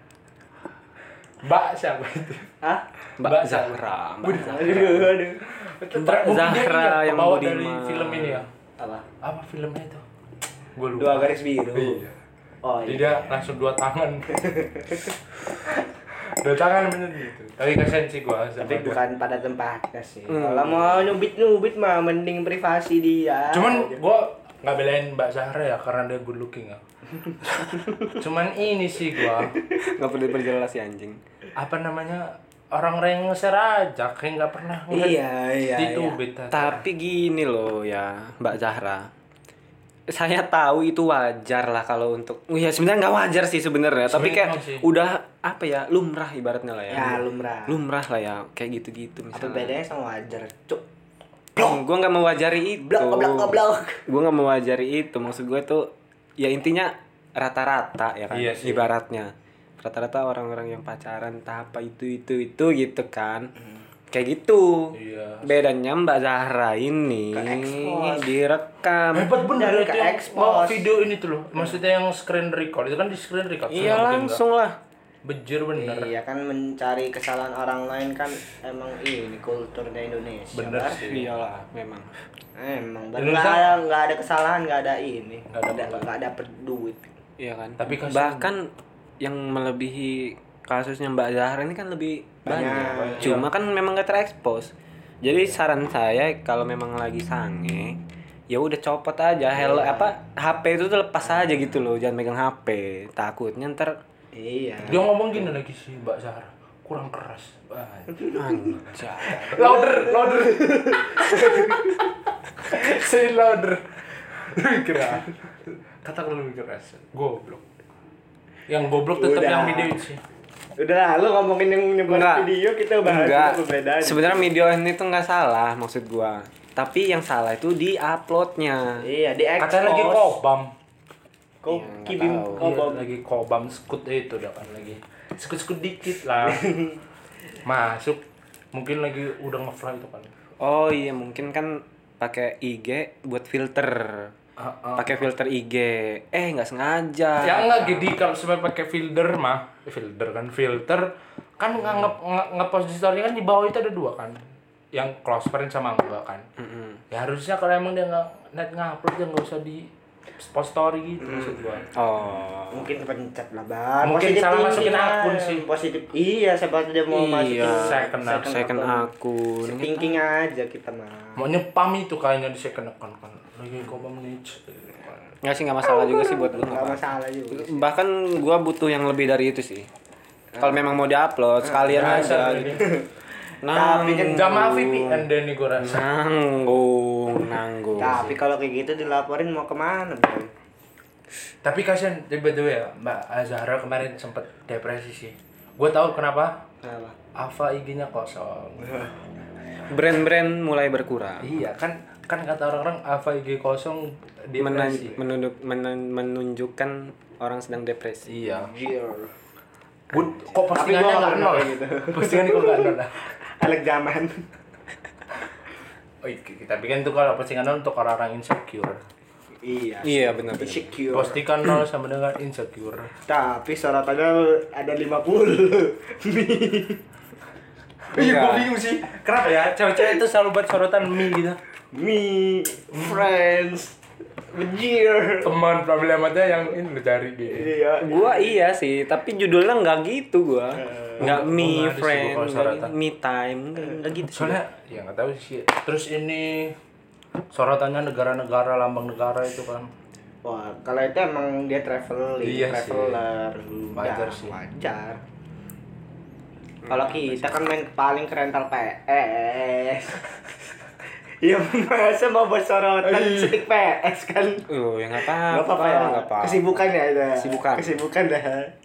Mbak siapa itu? Hah? Mbak Zahra, Mbak Zahra. Aduh, aduh. Mbak Zahra yang bawa dari budiman. film ini ya. Apa Filmnya itu? Gue lupa. 2 garis biru. Iya. Oh Jadi iya. dia langsung 2 tangan. 2 tangan bener gitu. Tapi kasihan sih gua. Tapi bukan pada tempatnya sih. Kalau mau nyubit mah mending privasi dia. Cuman gua nggak belain Mbak Zahra ya karena dia good looking ya. Cuman ini sih gua Nggak perlu diperjelas ya anjing. apa namanya orang-orang yang nge-share aja kayak nggak pernah ngeliat Iya. di tubit. Tapi gini loh ya Mbak Zahra. Saya tahu itu wajar lah kalau untuk ya sebenarnya nggak wajar sih sebenarnya, tapi kayak Sebenarnya sih. udah apa ya lumrah ibaratnya lah ya. Ya lumrah. Lumrah lah ya kayak gitu-gitu Apa misalnya. bedanya sama wajar, Cuk? Gue nggak mewajari itu. Goblok. Gue nggak mewajari itu. Maksud gue tuh ya intinya rata-rata ya kan. Iya sih. Ibaratnya rata-rata orang-orang yang pacaran entah apa itu gitu kan. Kayak gitu. Iya. Bedanya Mbak Zahra ini Ke-expose. direkam. Hebat bener Dan itu yang ke-expose. bawa video ini tuh loh. Maksudnya yang screen record itu kan di screen record. Iya Mungkin langsung lah. nggak. Bejir bener. Iya kan mencari kesalahan orang lain kan emang ini kulturnya Indonesia. Bener kan? sih. Iyalah memang. Emang Indonesia- nggak ada kesalahan, nggak ada ini, Nggak ada nggak dapet duit. Iya kan. Tapi kasihan. bahkan yang melebihi kasusnya Mbak Zahra ini kan lebih banyak. Banyak. Cuma kan memang gak terekspos. Jadi saran saya kalau memang lagi sange, ya udah copot aja HP itu tuh lepas aja gitu loh, jangan megang HP. Takutnya ntar Iya. Dia ngomong gini lagi sih Mbak Zahra. Kurang keras. anjay. Louder. Say louder. Lebih keras. Kata lebih keras. Goblok. Yang goblok tetap Udah. yang video sih. Udah lah, lu ngomongin yang nyebar Enggak. video kita bahas Enggak. itu bedanya. Sebenarnya video ini tuh nggak salah maksud gua. Tapi yang salah itu di uploadnya. Iya, di expose. Katanya lagi kobam. Kok Iya, nggak kibim tahu. kobam. Lagi kobam skut itu udah kan lagi. Skut dikit lah. Masuk. Mungkin lagi udah nge-fly itu kan. Oh iya mungkin kan pakai IG buat filter. Pakai filter IG. Nggak sengaja. Ya enggak jadi kalau sebenarnya pakai filter kan nge-post di story kan di bawah itu ada 2 kan. Yang close friend sama enggak kan. Ya harusnya kalau emang dia net ngupload dia enggak usah di post story gitu maksud gua. Oh. Mungkin pencet lah, Bang. Mungkin Positif salah thinking masukin lah. akun sih. Positif. Iya, siapa tahu dia mau masukin second akun. thinking aja kita mah. Mau nyepam itu kayaknya di second account kan. Lagi kobam niche. Nggak sih nggak masalah juga sih buat gue. Enggak masalah juga. Bahkan gua butuh yang lebih dari itu sih. Kalau memang mau diupload sekalian aja. Tapi kan Enggak maaf VPN deh nih gua rasa. Nanggung. Tapi kalau kayak gitu dilaporin mau kemana, Bang? Tapi kasihan by the way ya, Mbak Zahra kemarin sempet depresi sih. Gua tahu kenapa. Kenapa? Ava IG-nya kosong. Brand-brand mulai berkurang. Iya kan kata orang-orang Ava IG kosong depresi. Menunjukkan orang sedang depresi. Iya. Jir. Kok postingannya gua nggak nggak nol kayak gitu. Postingannya kok nggak nol lah. Anak zaman. Oh, tapi kan itu kalau postingan nol untuk orang-orang insecure. Iya. Iya benar. Insecure. Postingan nol sama dengan insecure. Tapi sorotannya ada 50. Iya, gue bingung sih. Kenapa ya? Cewek-cewek itu selalu buat sorotan mie gitu. Me, friends, bejir. Teman problemanya yang ini lu cari gitu. Iya. Gua iya sih, tapi judulnya nggak gitu gua. Nggak me nggak ada sih friend, gua kalau nggak sorotan. me time, nggak gitu. Soalnya ya nggak tahu sih. Terus ini sorotannya negara-negara, lambang negara itu kan. Wah, kalau itu emang dia traveling, Iya sih. traveler. Wajar Ya, sih. Wajar. Kalau kita kan main paling ke rental PS. Ya masa mau buat sorotan stick PS kan? Ya nggak Nggak apa-apa, apa-apa ya. nggak apa-apa. Kesibukan ya itu. Kesibukan. Dah.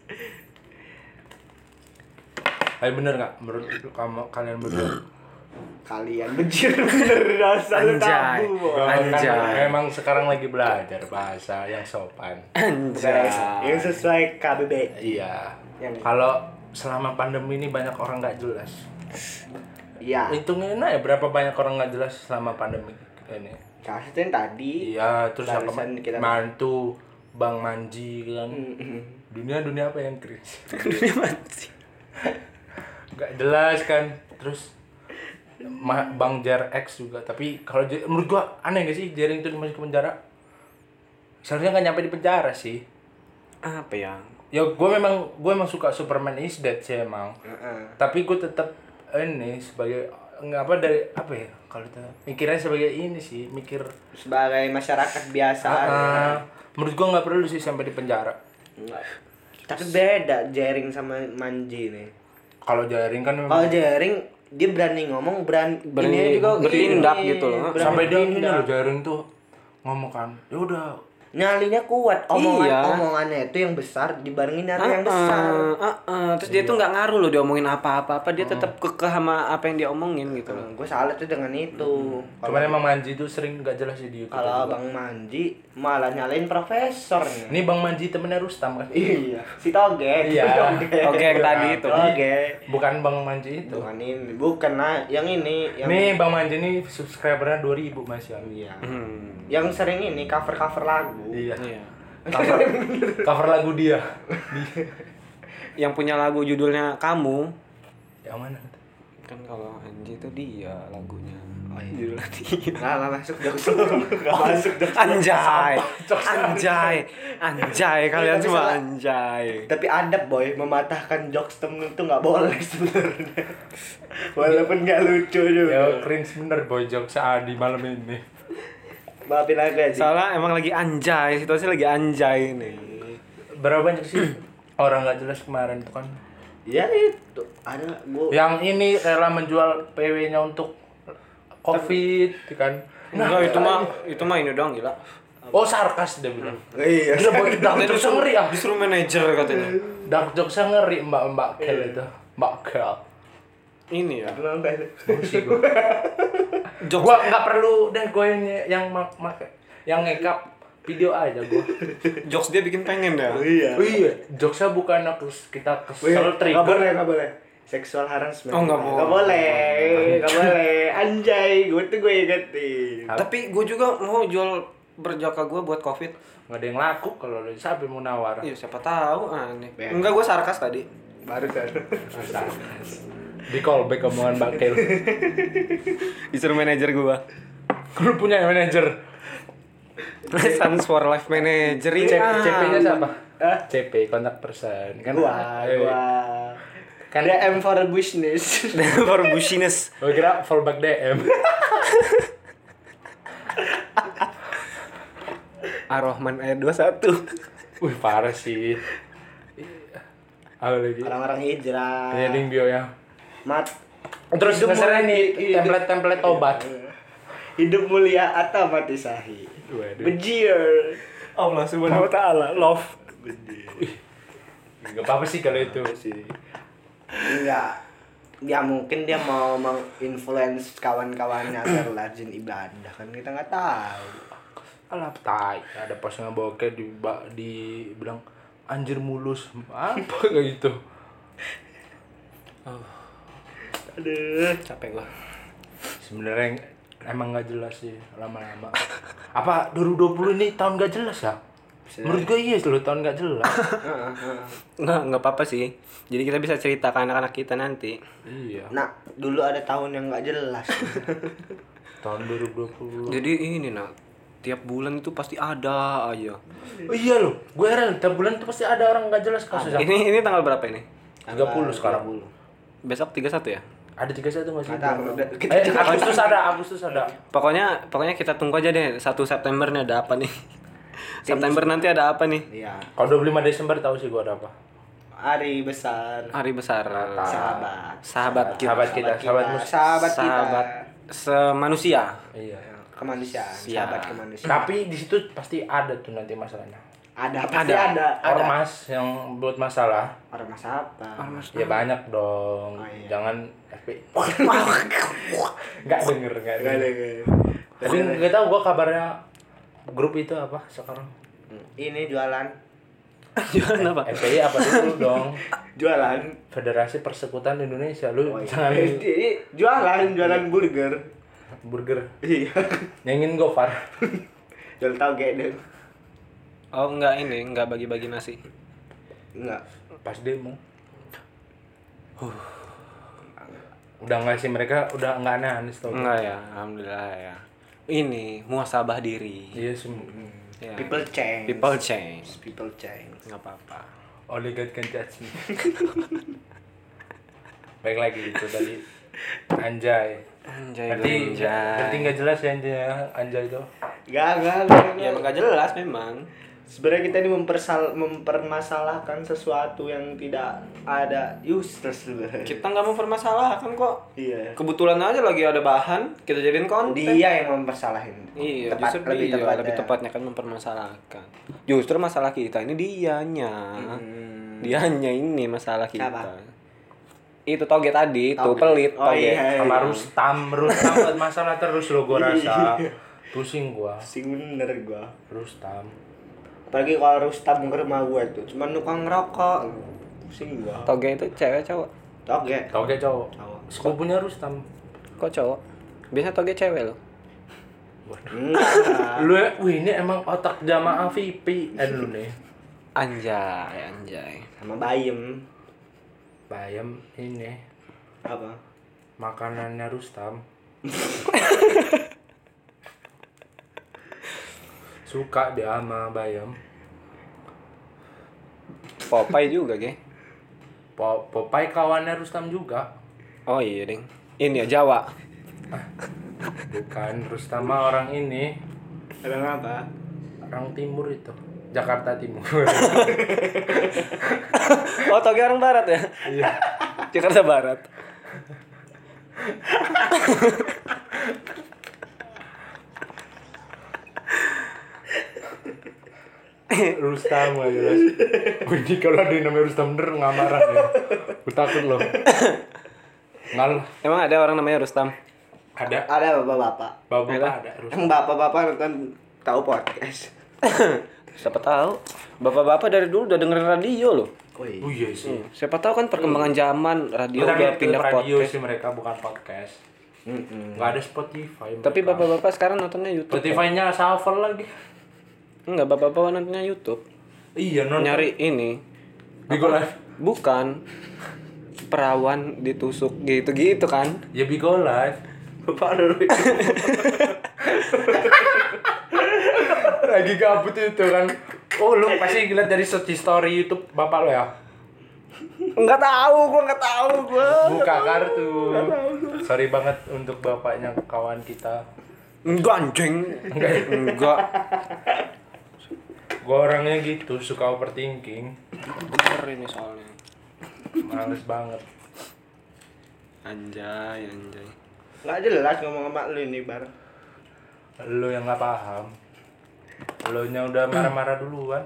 Tapi bener nggak menurut kalian berdua? Kalian bejir bener rasa lu Anjay. tabu. Boy. Anjay. Kan memang sekarang lagi belajar bahasa yang sopan. Anjay. Yang sesuai KBB. Iya. Yang- Kalau selama pandemi ini banyak orang nggak jelas. Iya. Hitungin aja berapa banyak orang nggak jelas selama pandemi ini. Kasus yang tadi. Iya, terus yang Barusan kita- mantu Bang Manji kan. Dunia apa yang cringe? Dunia mati. Nggak jelas kan. Terus Bang Jar X juga. Tapi kalau menurut gua aneh gak sih Jering itu masuk ke penjara? Seharusnya nggak nyampe di penjara sih. Apa ya? Ya gue emang suka Superman is Dead sih emang. Tapi gue tetap ini sebagai apa ya kalau kita mikirnya sebagai ini sih mikir Sebagai masyarakat biasa. menurut gue nggak perlu sih sampai di penjara. Enggak. Tapi beda Jering sama Manji nih. Kalau Jaring kan memang Kalau Jering dia berani ngomong, berani Berani juga bertindak ini, gitu loh. berani sampai dia ini bertindak. loh Jaring tuh ngomong kan ya udah Nyalinya kuat, Iya. omongannya itu yang besar dibarengin dengan yang besar. Terus dia tuh nggak ngaruh loh dia omongin apa-apa, dia tetap kekeh sama apa yang dia omongin gitu loh. Gue salah tuh dengan itu. cuman emang Manji tuh sering nggak jelas sih di YouTube. Kalau Bang Manji malah nyalain profesornya. Ini Bang Manji temennya Rustam kan? Iya, si Toge. Iya. Oke, yang tadi itu. Toge. Bukan Bang Manji itu. Bukan ini, bukan yang ini, yang Nih Bang Manji ini subscribernya 2000 Mas ya. iya. Yang sering ini cover-cover lagu. Iya. Iya. Cover lagu dia. Yang punya lagu judulnya Kamu, Yang mana? kan kalau Anji itu dia lagunya. Oh, iya. Judulnya dia. Nggak masuk jokes lu. Nggak masuk jokes. Anjay, kalian Tapi semua salah. anjay. Tapi adab boy, mematahkan jokes temen itu nggak boleh sebenarnya. Walaupun nggak lucu Ya juga. cringe bener boy jokes Adi malam ini. Maafin aku aja. Soalnya emang lagi anjay, situasi lagi anjay nih. Berapa banyak sih orang nggak jelas kemarin tuh kan? Ya itu ada gua. Yang ini rela menjual PW-nya untuk COVID kan? Enggak, itu mah ini doang gila. Oh sarkas dia bilang. Iya. Gila boy dark Katanya jokes ngeri ah. Disuruh manajer katanya. Dark jokes ngeri Mbak Kel itu. Mbak Kel. Ini ya. Kenapa? Emosi gua. Jokes Gua nggak perlu deh gue yang yang ngekap video aja gua. jokes dia bikin pengen dah. Iya. Oh iya, jokesnya bukan kita kesel Nggak trigger. boleh, nggak boleh. Seksual harassment. Oh, nggak Nggak boleh, nggak boleh. Anjay, gue ingetin. Tapi gue juga mau jual berjaka gue buat COVID. Nggak ada yang laku kalau lu siapa yang mau nawar. Iya, siapa tahu aneh. Ben. Enggak, gue sarkas tadi. Baru kan. Di callback omongan Mbak Kel. Disuruh manajer gue. Lu punya manajer. Sans for Life Manager ini. CP-nya siapa? Hah? CP kontak person kan. Gua. Kan DM for business. for business. gue kira fallback DM. Ar-Rahman ayat 21. Wih parah sih. Apa lagi? Orang-orang hijrah. Ini link bio ya. Mat. Terus Hidup dasarnya nih mulia. template tobat. Hidup mulia atau mati sahih. Waduh. Bejir. Allah Subhanahu wa taala, love. Gak apa-apa sih kalau itu. Enggak. Ya mungkin dia mau menginfluence kawan-kawannya agar rajin ibadah kan kita nggak tahu. Alah tai, ada pas ngebokeh dibilang anjir mulus. Apa kayak gitu. Aduh. Capek gua. Sebenarnya emang nggak jelas sih lama-lama. Apa 2020 ini tahun nggak jelas ya? Menurut gue iya loh tahun nggak jelas. Enggak apa-apa sih. Jadi kita bisa cerita ke anak-anak kita nanti. Iya. Nah, dulu ada tahun yang nggak jelas. Tahun 2020. Jadi ini nak, tiap bulan itu pasti ada aja. Oh iya loh, gue heran tiap bulan tuh pasti ada orang nggak jelas kasusnya. Ini tanggal berapa ini? 30 sekarang. Besok 31 ya? Ada 31 nggak sih? Nggak tahu. Agustus ada. Pokoknya kita tunggu aja deh 1 September nih ada apa nih. September nanti ada apa nih? Iya. Kalau 25 Desember tahu sih gue ada apa. Hari besar. Hari besar. Sahabat kita. Sahabat Semanusia. Iya. Kemanusiaan. Siap. Sahabat kemanusiaan. Tapi di situ pasti ada tuh nanti masalahnya. Pasti ada. Ormas yang buat masalah. Ormas apa? Ya banyak dong. Oh, iya. Jangan FPI. Nggak denger. ada. Tapi nggak tahu gua kabarnya grup itu apa sekarang. Ini jualan. Jualan apa? FPI apa dulu dong? Jualan. Federasi Persekutuan Indonesia. Lu Oh, iya. jangan Jualan burger. burger. Iya. Nyengin Gofar. Jual tauge deh. Oh enggak bagi-bagi nasi. Enggak. Pas demo. Udah nggak sih, mereka udah nggak aneh-aneh tau. Enggak ya, alhamdulillah ya. Ini muhasabah diri. Iya sih. Ya. People change. People change. People change. Nggak apa-apa. Only God can judge me. Baik lagi itu tadi. Anjay. Anjay, Berarti nggak jelas ya anjay itu. Gak. Ya emang nggak jelas memang. Sebenarnya kita ini mempermasalahkan sesuatu yang tidak ada useless sebenarnya. Kita nggak mau permasalahan kok. Iya. Kebetulan aja lagi ada bahan, kita jadiin konten. Dia yang mempersalahin. Iya, justru lebih tepatnya kan mempermasalahkan. Justru masalah kita ini dianya. Dianya ini masalah kita. Siapa? Itu toge tadi, itu pelit Oh, toge. iya. Sama Rustam buat masalah terus lo gua rasa. Pusing gua. Sing bener gua. Rustam. Apalagi kalau Rustam ke rumah gua tuh, cuma nukang ngerokok. Pusing gua. Toge itu cewek cowok? Toge. Toge cowok. Cowok. Sepupunya Rustam. Kok cowok? Biasa toge cewek loh. Enggak. Lu ya, wih ini emang otak jamaah VIP lu nih. Anjay. Sama Bayem. Bayam ini Apa? makanannya Rustam. Suka dia sama Bayam. Popeye juga, ge. Popeye kawannya Rustam juga. Oh iya, ding. Ini ya Jawa. Bukan, Rustam mah orang ini, Orang apa? orang timur itu. Jakarta Timur. Oh, toge orang barat ya? Iya. Jakarta Barat. Rustam aja jelas. Gue ini kalau ada yang namanya Rustam bener nggak marah ya. Gue takut loh. Ngal. Emang ada orang namanya Rustam? Ada. Ada bapak-bapak. Bapak ada Rustam. Yang bapak-bapak nonton tahu podcast. Siapa tahu. Bapak-bapak dari dulu udah dengerin radio loh. Oh iya. Oh iya sih. Siapa tahu kan perkembangan zaman radio Tapi udah itu pindah radio podcast. sih mereka, bukan podcast. Nggak ada Spotify. Tapi mereka. bapak-bapak sekarang nontonnya YouTube. Spotify-nya shuffle lagi. Enggak, bapak-bapak nontonnya YouTube. Iya nonton. Nyari ini. Bigo Live. Bukan. Perawan ditusuk gitu-gitu kan. Ya Bigo Live. Bapak dulu. Lagi gabut itu kan. Oh lu pasti ngeliat dari story YouTube bapak lo ya? Enggak tahu, gua enggak tahu gua. Buka kartu. Sorry banget untuk bapaknya kawan kita. Enggak anjing. Enggak. Gua orangnya gitu, suka overthinking. Bener ini soalnya. Males banget. Anjay. Nggak jelas ngomong sama lu ini bar. Lo yang nggak paham. Lo nya udah marah-marah duluan.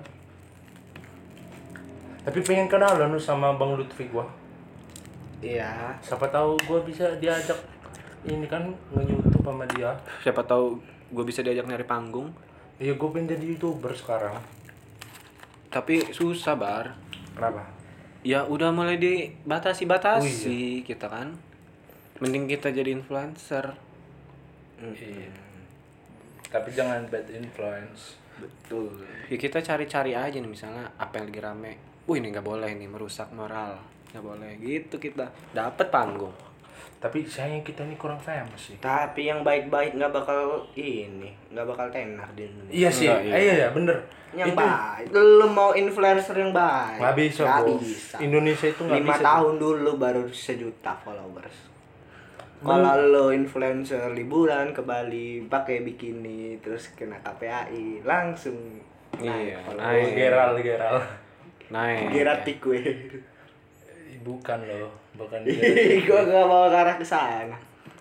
Tapi pengen kenalan lu sama Bang Lutfi gua. Iya. Siapa tahu gua bisa diajak ini kan nge-YouTube sama dia. Siapa tahu gue bisa diajak nyari panggung. Iya, gua pengen jadi YouTuber sekarang. Tapi susah, Bar. Kenapa? Ya udah mulai dibatasi kita kan. Mending kita jadi influencer. Iya. Tapi jangan bad influence. Betul. Ya kita cari-cari aja nih misalnya apa yang lagi rame. Ini nggak boleh nih, merusak moral. Nggak boleh gitu, kita dapat panggung. Tapi sayang kita ini kurang famous sih. Tapi yang baik-baik nggak bakal tenar di Indonesia. Iya sih. Enggak, Iya bener. Yang Itu baik. Lu mau influencer yang baik. nggak bisa, Nggak bro. bisa. Indonesia itu nggak 5 bisa. tahun dulu baru 1 juta followers. Kalau lo influencer liburan ke Bali pakai bikini terus kena KPAI langsung Iya, followers. Geral. Naik. Geratik gue. Bukan loh, bukan Gue gak mau ke arah ke sana.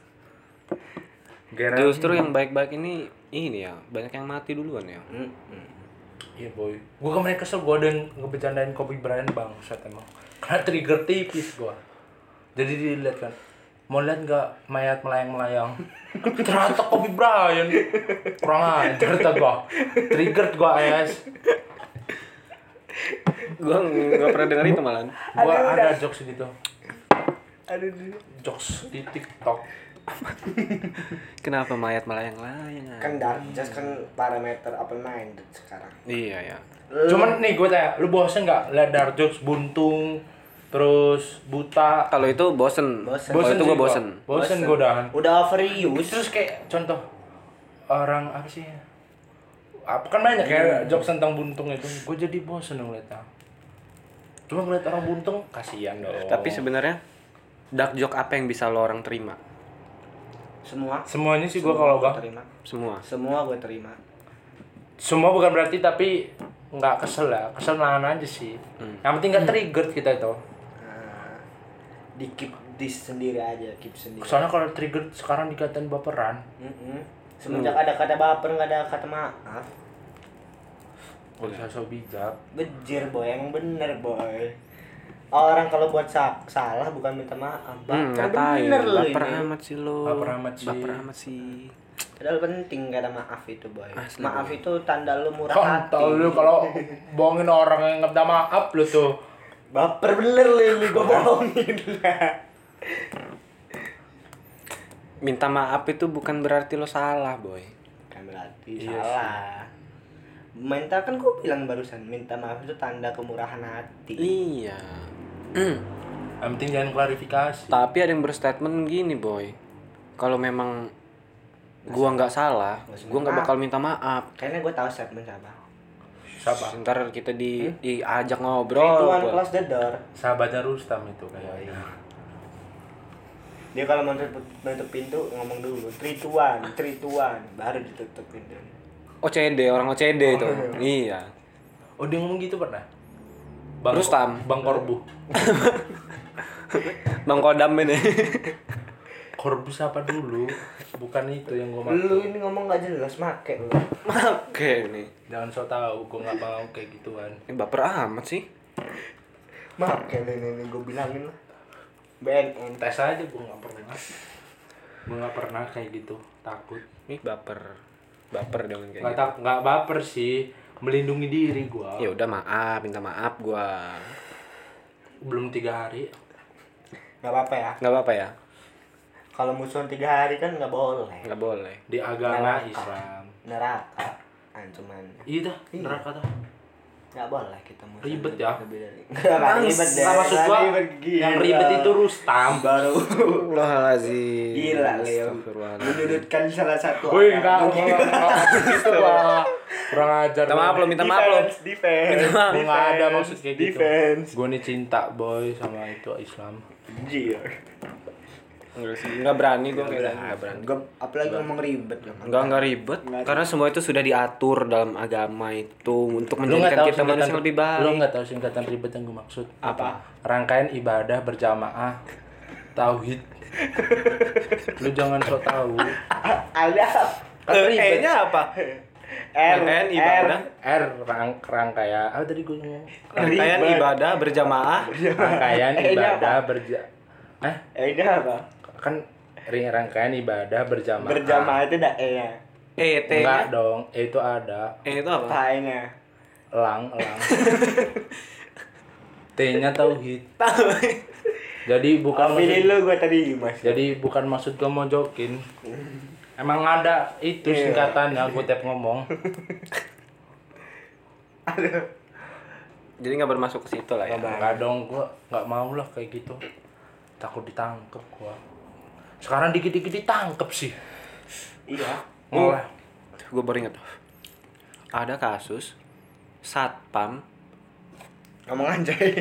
Geral. Justru yang baik-baik ini ya, banyak yang mati duluan ya. Iya boy. Gua kemarin kesel, gua ada yang ngebecandain Kobe Bryant bangsat emang. Karena trigger tipis gua. Jadi dilihat kan. Mau lihat nggak mayat melayang-melayang? Ternyata Kobe Bryant. Kurang ajar tuh gua. Triggered gua es. Gua nggak pernah dengar itu malahan. Gua ada jokes gitu. Aduh. Jokes di TikTok. Kenapa mayat melayang-layang? Kan dark just kan parameter open minded sekarang. Iya ya. Cuman nih gua tanya, lu bosen nggak lihat dark jokes buntung, terus buta. Kalau itu bosen. Bosen. Kalau itu sih gue gua. bosen. Bosen gue udahan. Udah overuse. Terus kayak contoh orang apa sih? Apa kan banyak kayak jokes tentang buntung itu. Gue jadi bosen ngeliatnya. Cuma ngeliat orang buntung kasihan dong. Tapi sebenarnya dark joke apa yang bisa lo orang terima? Semuanya sih gue kalau bang. terima. Semua Gue terima. Semua bukan berarti tapi nggak kesel ya. Kesel nahan aja sih. Yang penting nggak trigger kita itu. Nah, di keep this sendiri aja, keep sendiri. Soalnya kalau trigger sekarang dikatain baperan. Semenjak ada kata baper nggak ada kata maaf. Gak usah so bijak. Bejir boy, yang bener boy. Orang kalau buat salah bukan minta maaf. ngatain. Bener lo Baper ini. amat sih lo. Baper amat sih. Baper amat sih. Padahal penting kata maaf itu boy. Asli, Maaf boy. itu tanda lu murah hati. Kontol lu kalau bohongin orang yang nggak minta maaf lu tuh. Baper bener lu ini gue bohongin lah. Minta maaf itu bukan berarti lo salah, boy. Kan berarti Iya salah. Minta kan gue bilang barusan, minta maaf itu tanda kemurahan hati. Iya. Yang penting jangan klarifikasi. Tapi ada yang berstatement gini, boy. Kalau memang gua nggak salah, gua nggak bakal minta maaf. Kayaknya gue tahu statement siapa. Siapa? Ntar kita diajak ngobrol. Tuan Boy. close the door. Sahabatnya Rustam itu kayaknya. Dia kalau mau nutup pintu ngomong dulu 3 to 1, 3 to 1 baru ditutup pintu. OCD, orang OCD itu. Iya. Oh dia ngomong gitu pernah? Rustam. Bang Korbu. Bang Kodam ini. Korbu siapa dulu? Bukan itu yang gue maksud. Lu ini ngomong gak jelas, make lu. Oke nih. Jangan so tau, gue gak mau kayak gituan. Ini baper amat sih. Make lu ini gue bilangin lah. BNN. Tes aja gue gak pernah. Gue gak pernah kayak gitu, takut. Ih baper. Baper dengan kayak gitu. Gak baper sih, melindungi diri gue. Ya udah maaf, minta maaf gua. Belum 3 hari. Gak apa-apa ya. Nggak apa-apa ya? Kalau musuhan 3 hari kan gak boleh. Nggak boleh. Di agama Neraka. Islam. Neraka ancamannya. Iya dah, neraka dah. Gak boleh kita musuhan. Ribet ya? Lebih dari. Gak ribet deh. Nah, maksud gua, Ribet, gila. yang ribet itu Rustam. Baru. Astagfirullahaladzim. Gila Leo. Astagfirullahaladzim. Menyudutkan salah satu Wih, orang. enggak gitu Pak. Kurang ajar. Minta maaf lo, minta maaf lo. Defense. Gue nggak ada maksud kayak gitu. Defense. Gue nih cinta boy sama itu Islam. Anjir. Nggak berani gua kayak nggak berani. Gua apalagi ngomong ribet ya. Nggak ribet. Karena semua itu sudah diatur dalam agama itu untuk Lu nggak menjadikan tahu kita manusia yang lebih baik. Lu nggak tahu singkatan ribet yang gue maksud? Apa? Rangkaian ibadah berjamaah tauhid. Lu jangan sok tahu. Ada E-nya apa? Rangkaian ibadah. Rangkaian. Ah tadi gue ngomong. Rangkaian ibadah berjamaah. Rangkaian ibadah ini apa? kan rangkaian ibadah berjamaah. Berjamaah itu ada E-nya. T-nya. Enggak dong, itu ada. E itu apa? P-nya. Elang. T-nya tauhid. Jadi bukan Pilih lu gua tadi Mas. jadi bukan maksud gue mau jokin. Emang ada itu singkatannya, gue tiap ngomong. Jadi nggak bermasuk ke situ lah ya. Enggak dong, gue nggak mau lah kayak gitu. Takut ditangkep gue. Sekarang dikit-dikit ditangkep sih. Iya. Malah. Gue baru ingat. Ada kasus satpam Ngomong anjay.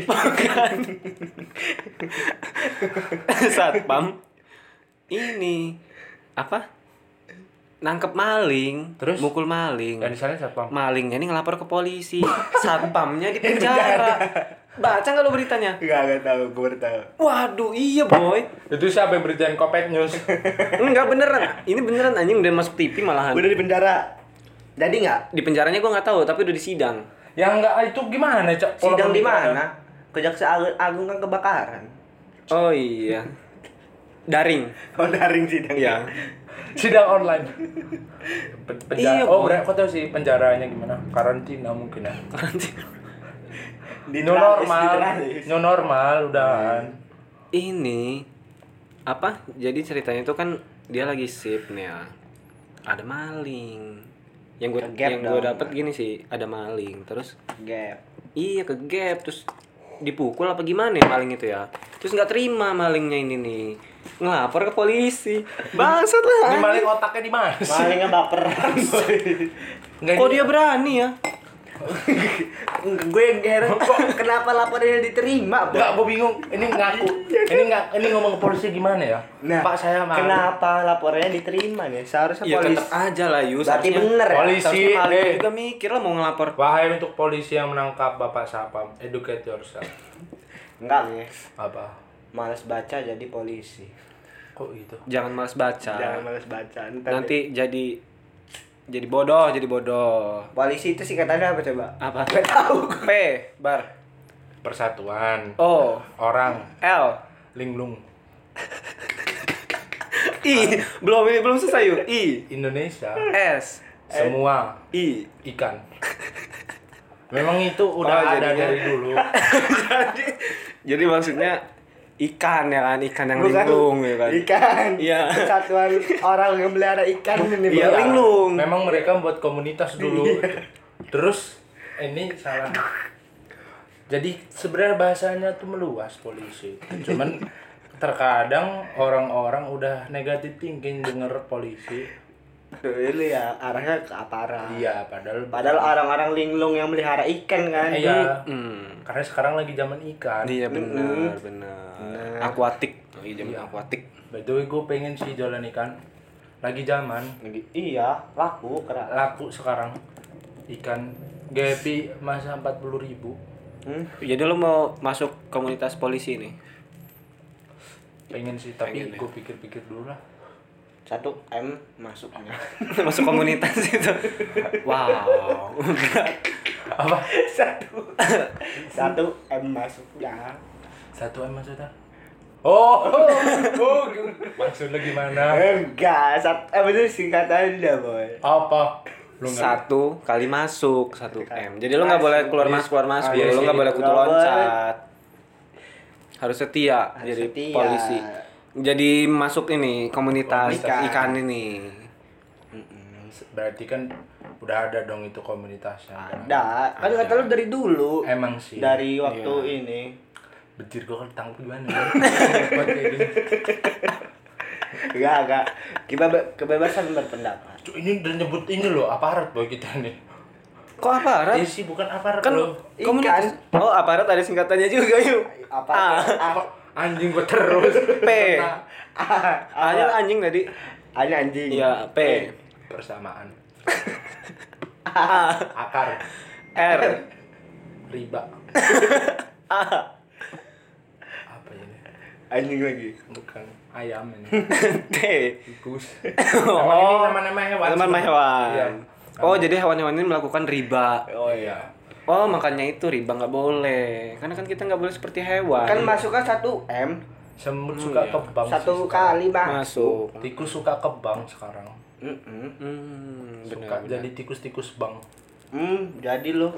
satpam ini apa? Nangkep maling, Terus? mukul maling. Yang di sana siapa? Malingnya ini ngelapor ke polisi, satpamnya di penjara. Baca nggak lo beritanya? Enggak tahu, gua baru tahu. Waduh, iya boy. Itu siapa yang beritain Kopet News? Enggak beneran. Ini beneran anjing udah masuk TV malahan. Udah di penjara. Jadi enggak? Di penjaranya gue nggak tahu, tapi udah di sidang. Yang enggak itu gimana, Cak? Sidang di mana? Kejaksaan Agung kan kebakaran. Oh iya. Daring. Oh, daring sidang. Iya. Sidang online. Iya, Penjara. Oh, Boy. berarti kau tahu sih penjaranya gimana? Karantina mungkin ya. Di New normal. New normal udahan. Ini apa? Jadi ceritanya itu kan dia lagi shift nih ya. Ada maling. Yang Ke gap gue dong. dapet gini sih, ada maling. Terus Gap. iya ke gap terus dipukul apa gimana ya maling itu ya. Terus nggak terima malingnya ini nih. Ngelapor ke polisi. Bangsat lah. Ini maling otaknya di mana sih? Malingnya baperan. Nggak, Kok ini- dia berani ya? Gue yang heran kok kenapa laporannya diterima, Boy? Enggak, gue bingung. Ini ngaku. Ini ngomong ke polisi gimana ya? Nah, Pak saya maling. kenapa laporannya diterima nih? Seharusnya Ya polisi. tetap aja lah Yus. Berarti Harusnya- bener ya? Polisi. Seharusnya maling eh. juga mikir lah mau ngelapor. Wahai untuk polisi yang menangkap Bapak Sapam, educate yourself. Enggak nih. Apa? Malas baca jadi polisi. Kok gitu? Jangan malas baca. Jangan malas baca. Nanti jadi bodoh, jadi bodoh. Polisi itu singkatannya apa coba? Apa? Gak tahu. P bar Persatuan. O Orang. L Linglung. I belum selesai yuk. I Indonesia. S Semua I ikan. Memang itu udah ada jadinya- dari dulu. jadi maksudnya ikan ya kan, ikan yang Bukan linglung ya kan. Ikan. Iya. Kesatuan orang yang melihara ikan ini. Iya, Bang. linglung. Memang mereka buat komunitas dulu. Terus ini salah. Jadi sebenarnya bahasanya tuh meluas polisi. Cuman terkadang orang-orang udah negatif thinking denger polisi. Tuh, ini ya arahnya ke aparat. Iya, padahal Orang-orang linglung yang melihara ikan kan. iya. Hmm. Karena sekarang lagi zaman ikan. Iya benar, benar. Akuatik. Oh, iya zaman Iya. akuatik. By the way, gue pengen sih jualan ikan. Lagi zaman. Iya, laku keras. Laku sekarang. Ikan gepi masa 40.000. Jadi lo mau masuk komunitas polisi ini? Pengen sih, tapi Pengen ya. gue pikir-pikir dulu lah. 1 M masuknya. Masuk komunitas itu. Wow. Apa? 1 M masuknya. 1 M maksudnya? Oh, maksudnya gimana? Enggak, 1 M itu singkatannya, Boy. Apa? Lu nggak- 1 kali masuk 1 M. Jadi lo nggak boleh keluar masuk Ah, iya lo sih. nggak boleh kutu Nggak boleh. loncat. Harus setia Harus jadi setia. polisi. Jadi masuk ini komunitas Ikan. ikan ini. Berarti kan udah ada dong itu komunitasnya. Ada, kan kata lu dari dulu. Emang sih. Dari waktu Iya. ini. Betir gue kan tangkap gimana? Buat kayak gini. Enggak. Kebebasan berpendapat. Cuk, ini udah nyebut ini loh, aparat boy kita nih. Kok aparat? Iya sih, bukan aparat Kan loh. komunitas. Oh, aparat ada singkatannya juga yuk. Apa? Kok anjing gue terus. P. Kena A-nya anjing tadi. Ada anjing. Iya, P. persamaan. A. Akar. R. Riba. A. Apa ini? Anjing lagi. Bukan ayam ini. T. Tikus. Oh. Emang ini nama-nama hewan. Nama hewan. Iya. Oh, jadi hewan-hewan ini melakukan riba. Oh iya. Oh, makanya itu riba nggak boleh. Karena kan kita nggak boleh seperti hewan. Kan masuknya 1 M. Semut suka iya. ke bank. Satu sih sekarang. kali masuk. masuk. Tikus suka ke bank sekarang. Benar. Suka jadi tikus-tikus bank. Jadi lu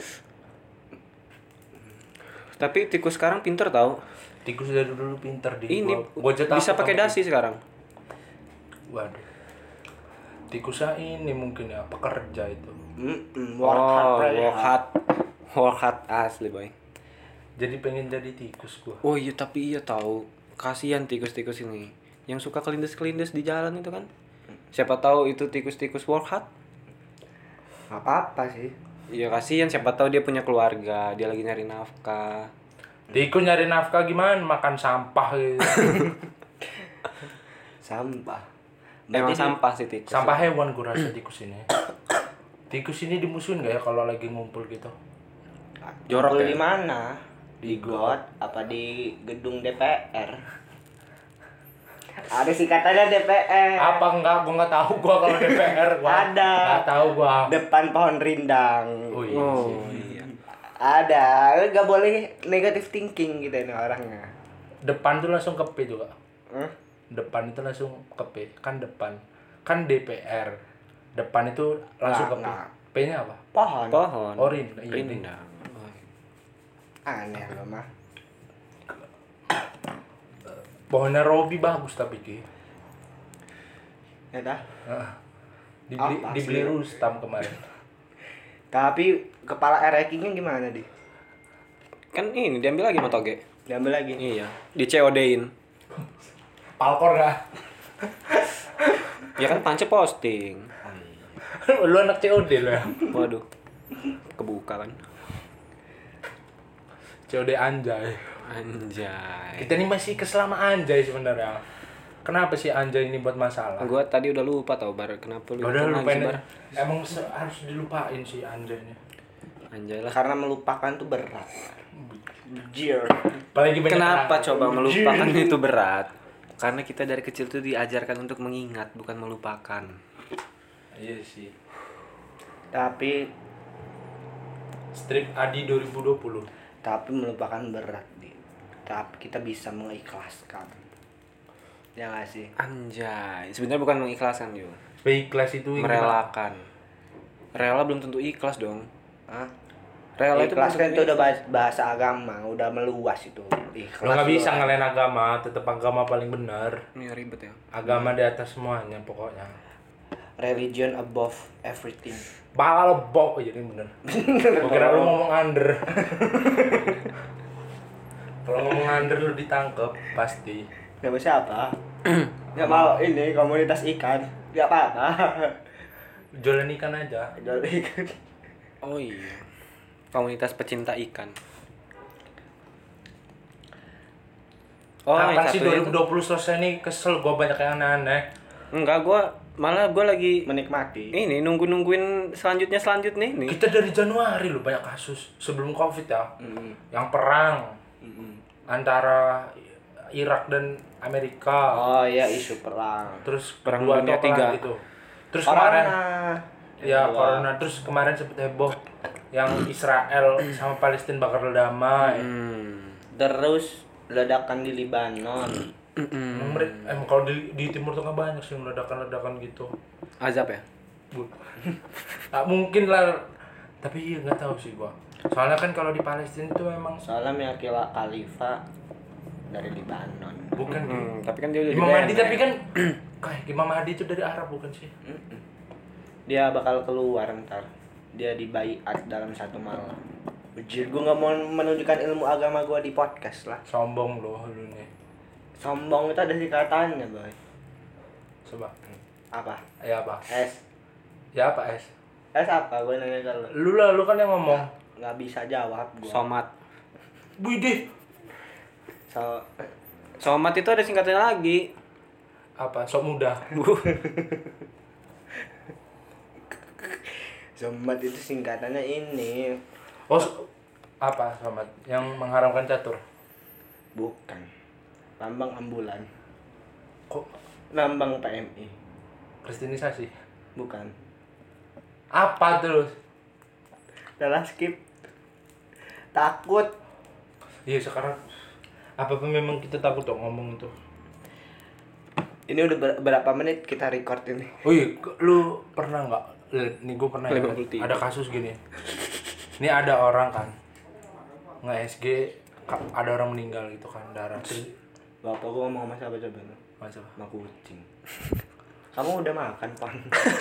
Tapi tikus sekarang pinter tau. Tikus dari dulu pinter di Ini gua aja takut bisa pakai sama dasi sekarang. Waduh. Tikusnya ini mungkin ya pekerja itu. work hard, Oh, play work hard. hard. Work hard asli, boy. Jadi pengen jadi tikus gua. Oh iya, tapi iya tahu. Kasihan tikus-tikus ini. Yang suka kelindes-kelindes di jalan itu kan. Siapa tahu itu tikus-tikus work hard. Nggak apa-apa sih. Iya, kasihan, siapa tahu dia punya keluarga, dia lagi nyari nafkah. Tikus nyari nafkah gimana? Makan sampah gitu. Sampah. Emang Berarti sampah sih tikus. Sampah hewan gua rasa tikus ini. Tikus ini dimusuhin gak ya kalau lagi ngumpul gitu? Jorok Kumpul ya? di mana? Di got apa di gedung DPR? Ada singkatannya DPR. Apa enggak? Gua nggak tahu gua kalau DPR. Gua Ada. Nggak tahu gua. Depan pohon rindang. Oh iya Oh sih. iya. Ada, nggak boleh negatif thinking gitu ini orangnya. Depan tuh langsung ke P juga. Depan Depan itu langsung ke P. Kan depan. Kan DPR. Depan itu langsung ke P. Nggak. P-nya apa? pohon. Pohon. Oh, rindang. Iya, Rindang. Oh. Aneh lo mah. Pohonnya Robi bagus tapi Ki. Ya dah. Apa Dibeli sih? Rustam kemarin. Tapi kepala rankingnya gimana di? Kan ini diambil lagi Motoge. Diambil lagi. Iya, di COD-in. Palkor gak? Ya kan Pance posting. Lu anak COD lo ya? Waduh. Kebuka kan. COD anjay. Anjay. Kita ini masih keselama anjay sebenarnya. Kenapa sih anjay ini buat masalah? Gua tadi udah lupa tau Bar, kenapa lu Udah ingetin lagi lupain sih, Bar? aja. Emang harus dilupain sih anjaynya. Anjay lah. Karena melupakan tuh berat. Jir. Apalagi banyak Kenapa orang. coba melupakan itu berat? Karena kita dari kecil tuh diajarkan untuk mengingat, bukan melupakan. Iya sih. Tapi Strip Adi 2020. melupakan berat nih. Tapi kita bisa mengikhlaskan. Ya nggak sih? Anjay, sebenarnya bukan mengikhlaskan yo. Ikhlas itu yang Merelakan. Rela belum tentu ikhlas dong. Hah? Rela itu Ikhlas belum kan tentu itu udah bahasa agama, udah meluas itu. Ikhlas. Lo nggak bisa doang. ngelain agama, tetap agama paling benar. Ini ribet ya. Agama di atas semuanya pokoknya. Religion above everything. Balbok, oh, jadi bener. Gue kira lu ngomong under. Kalau ngomong under lu ditangkep pasti. Gak bisa apa? Gak mau ini komunitas ikan. Gak apa-apa. Jualan ikan aja. Jual ikan. Oh iya. Komunitas pecinta ikan. Oh, Kapan yang sih satunya tuh- 2020 selesai nih? Kesel gue banyak yang aneh-aneh. Enggak, gua lagi Menikmati. ini nungguin selanjutnya ini. Kita dari Januari loh banyak kasus sebelum Covid ya. Yang perang antara Irak dan Amerika. Oh iya, isu perang. Terus Perang kedua Dunia atau apa III. gitu. Terus kemarin ya Kedua. corona, terus kemarin sempet heboh yang Israel sama Palestina bakal damai. Terus ledakan di Libanon. Emang kalau di Timur Tengah banyak sih ledakan-ledakan gitu. Azab ya? Tak mungkin lah. Tapi iya nggak tahu sih gua. Soalnya kan kalau di Palestina itu memang Soalnya Miyakila Khalifa dari Libanon. bukan Tapi kan dia udah Imam di Mahdi BNN. tapi kan kayak Imam Mahdi itu dari Arab bukan sih? Dia bakal keluar ntar. Dia dibaiat dalam satu malam. Bujir, gue gak mau menunjukkan ilmu agama gue di podcast lah. Sombong loh lu nih. Sombong itu ada singkatannya, boy. Coba. Apa? Ya apa? S. Ya apa es? S apa? Gue nanya ke lu. Lu kan yang ngomong. Gak bisa jawab gue. Somat. Widih. Somat itu ada singkatannya lagi. Apa? Sok muda. Somat itu singkatannya ini. Oh, apa somat? Yang mengharamkan catur. Bukan. Lambang ambulan. Kok Lambang PMI. kristenisasi? Bukan. Apa terus? Udah skip. Takut. Iya sekarang apa memang kita takut dong ngomong itu? Ini udah berapa menit kita record ini? Oh iya, lu pernah nggak? Nih gue pernah ya, 53. ada kasus gini. Ini ada orang kan nge-SG, ada orang meninggal gitu kan, darah. Terus Bapak gua ngomong sama siapa coba lu? macam Sama kucing. Kamu udah makan, Pan?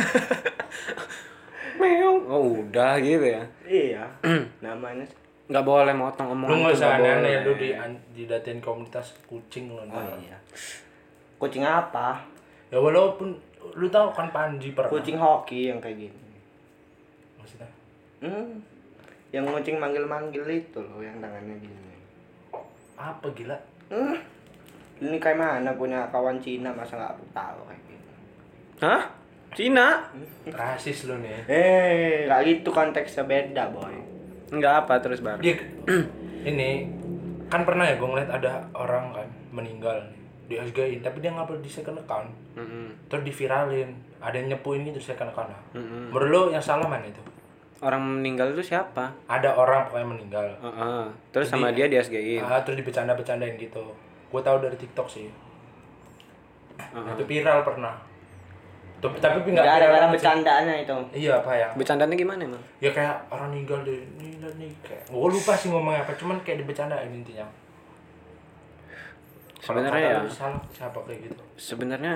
Meong. Oh, udah gitu ya. Iya. Namanya Nggak boleh motong omongan. lu nggak tuh, usah nggak aneh-aneh boleh. lu didatain komunitas kucing lu. oh iya. Kucing apa? Ya walaupun lu tahu kan Panji pernah. Kucing hoki yang kayak gini. Maksudnya? Yang kucing manggil-manggil itu loh, yang tangannya gini. Apa gila? Ini kayak mana punya kawan Cina masa nggak tahu kayak gitu? Hah? Cina? Rasis lu nih. Nggak gitu, konteksnya beda, boy. Enggak apa terus Bar. Dia ini kan pernah ya gue ngeliat ada orang kan meninggal nih di SG-in tapi dia ngupload di second account. Terus diviralin, ada yang nyepuin gitu second account. Menurut lo yang salah mana itu? Orang meninggal itu siapa? Ada orang pokoknya meninggal. Terus sama dia di SGI. Terus dibecanda-becandain gitu. Gue tahu dari TikTok sih. Itu viral pernah. Tapi nggak Nggak ada viral cara banget sih. bercandaannya itu. Iya apa ya? Bercandanya gimana emang? Ya kayak orang meninggal deh, nih kayak. Gue lupa sih ngomongnya apa, cuman kayak dibecandain intinya. Sebenarnya ya. Kalau kata lu salah siapa kayak gitu? Sebenarnya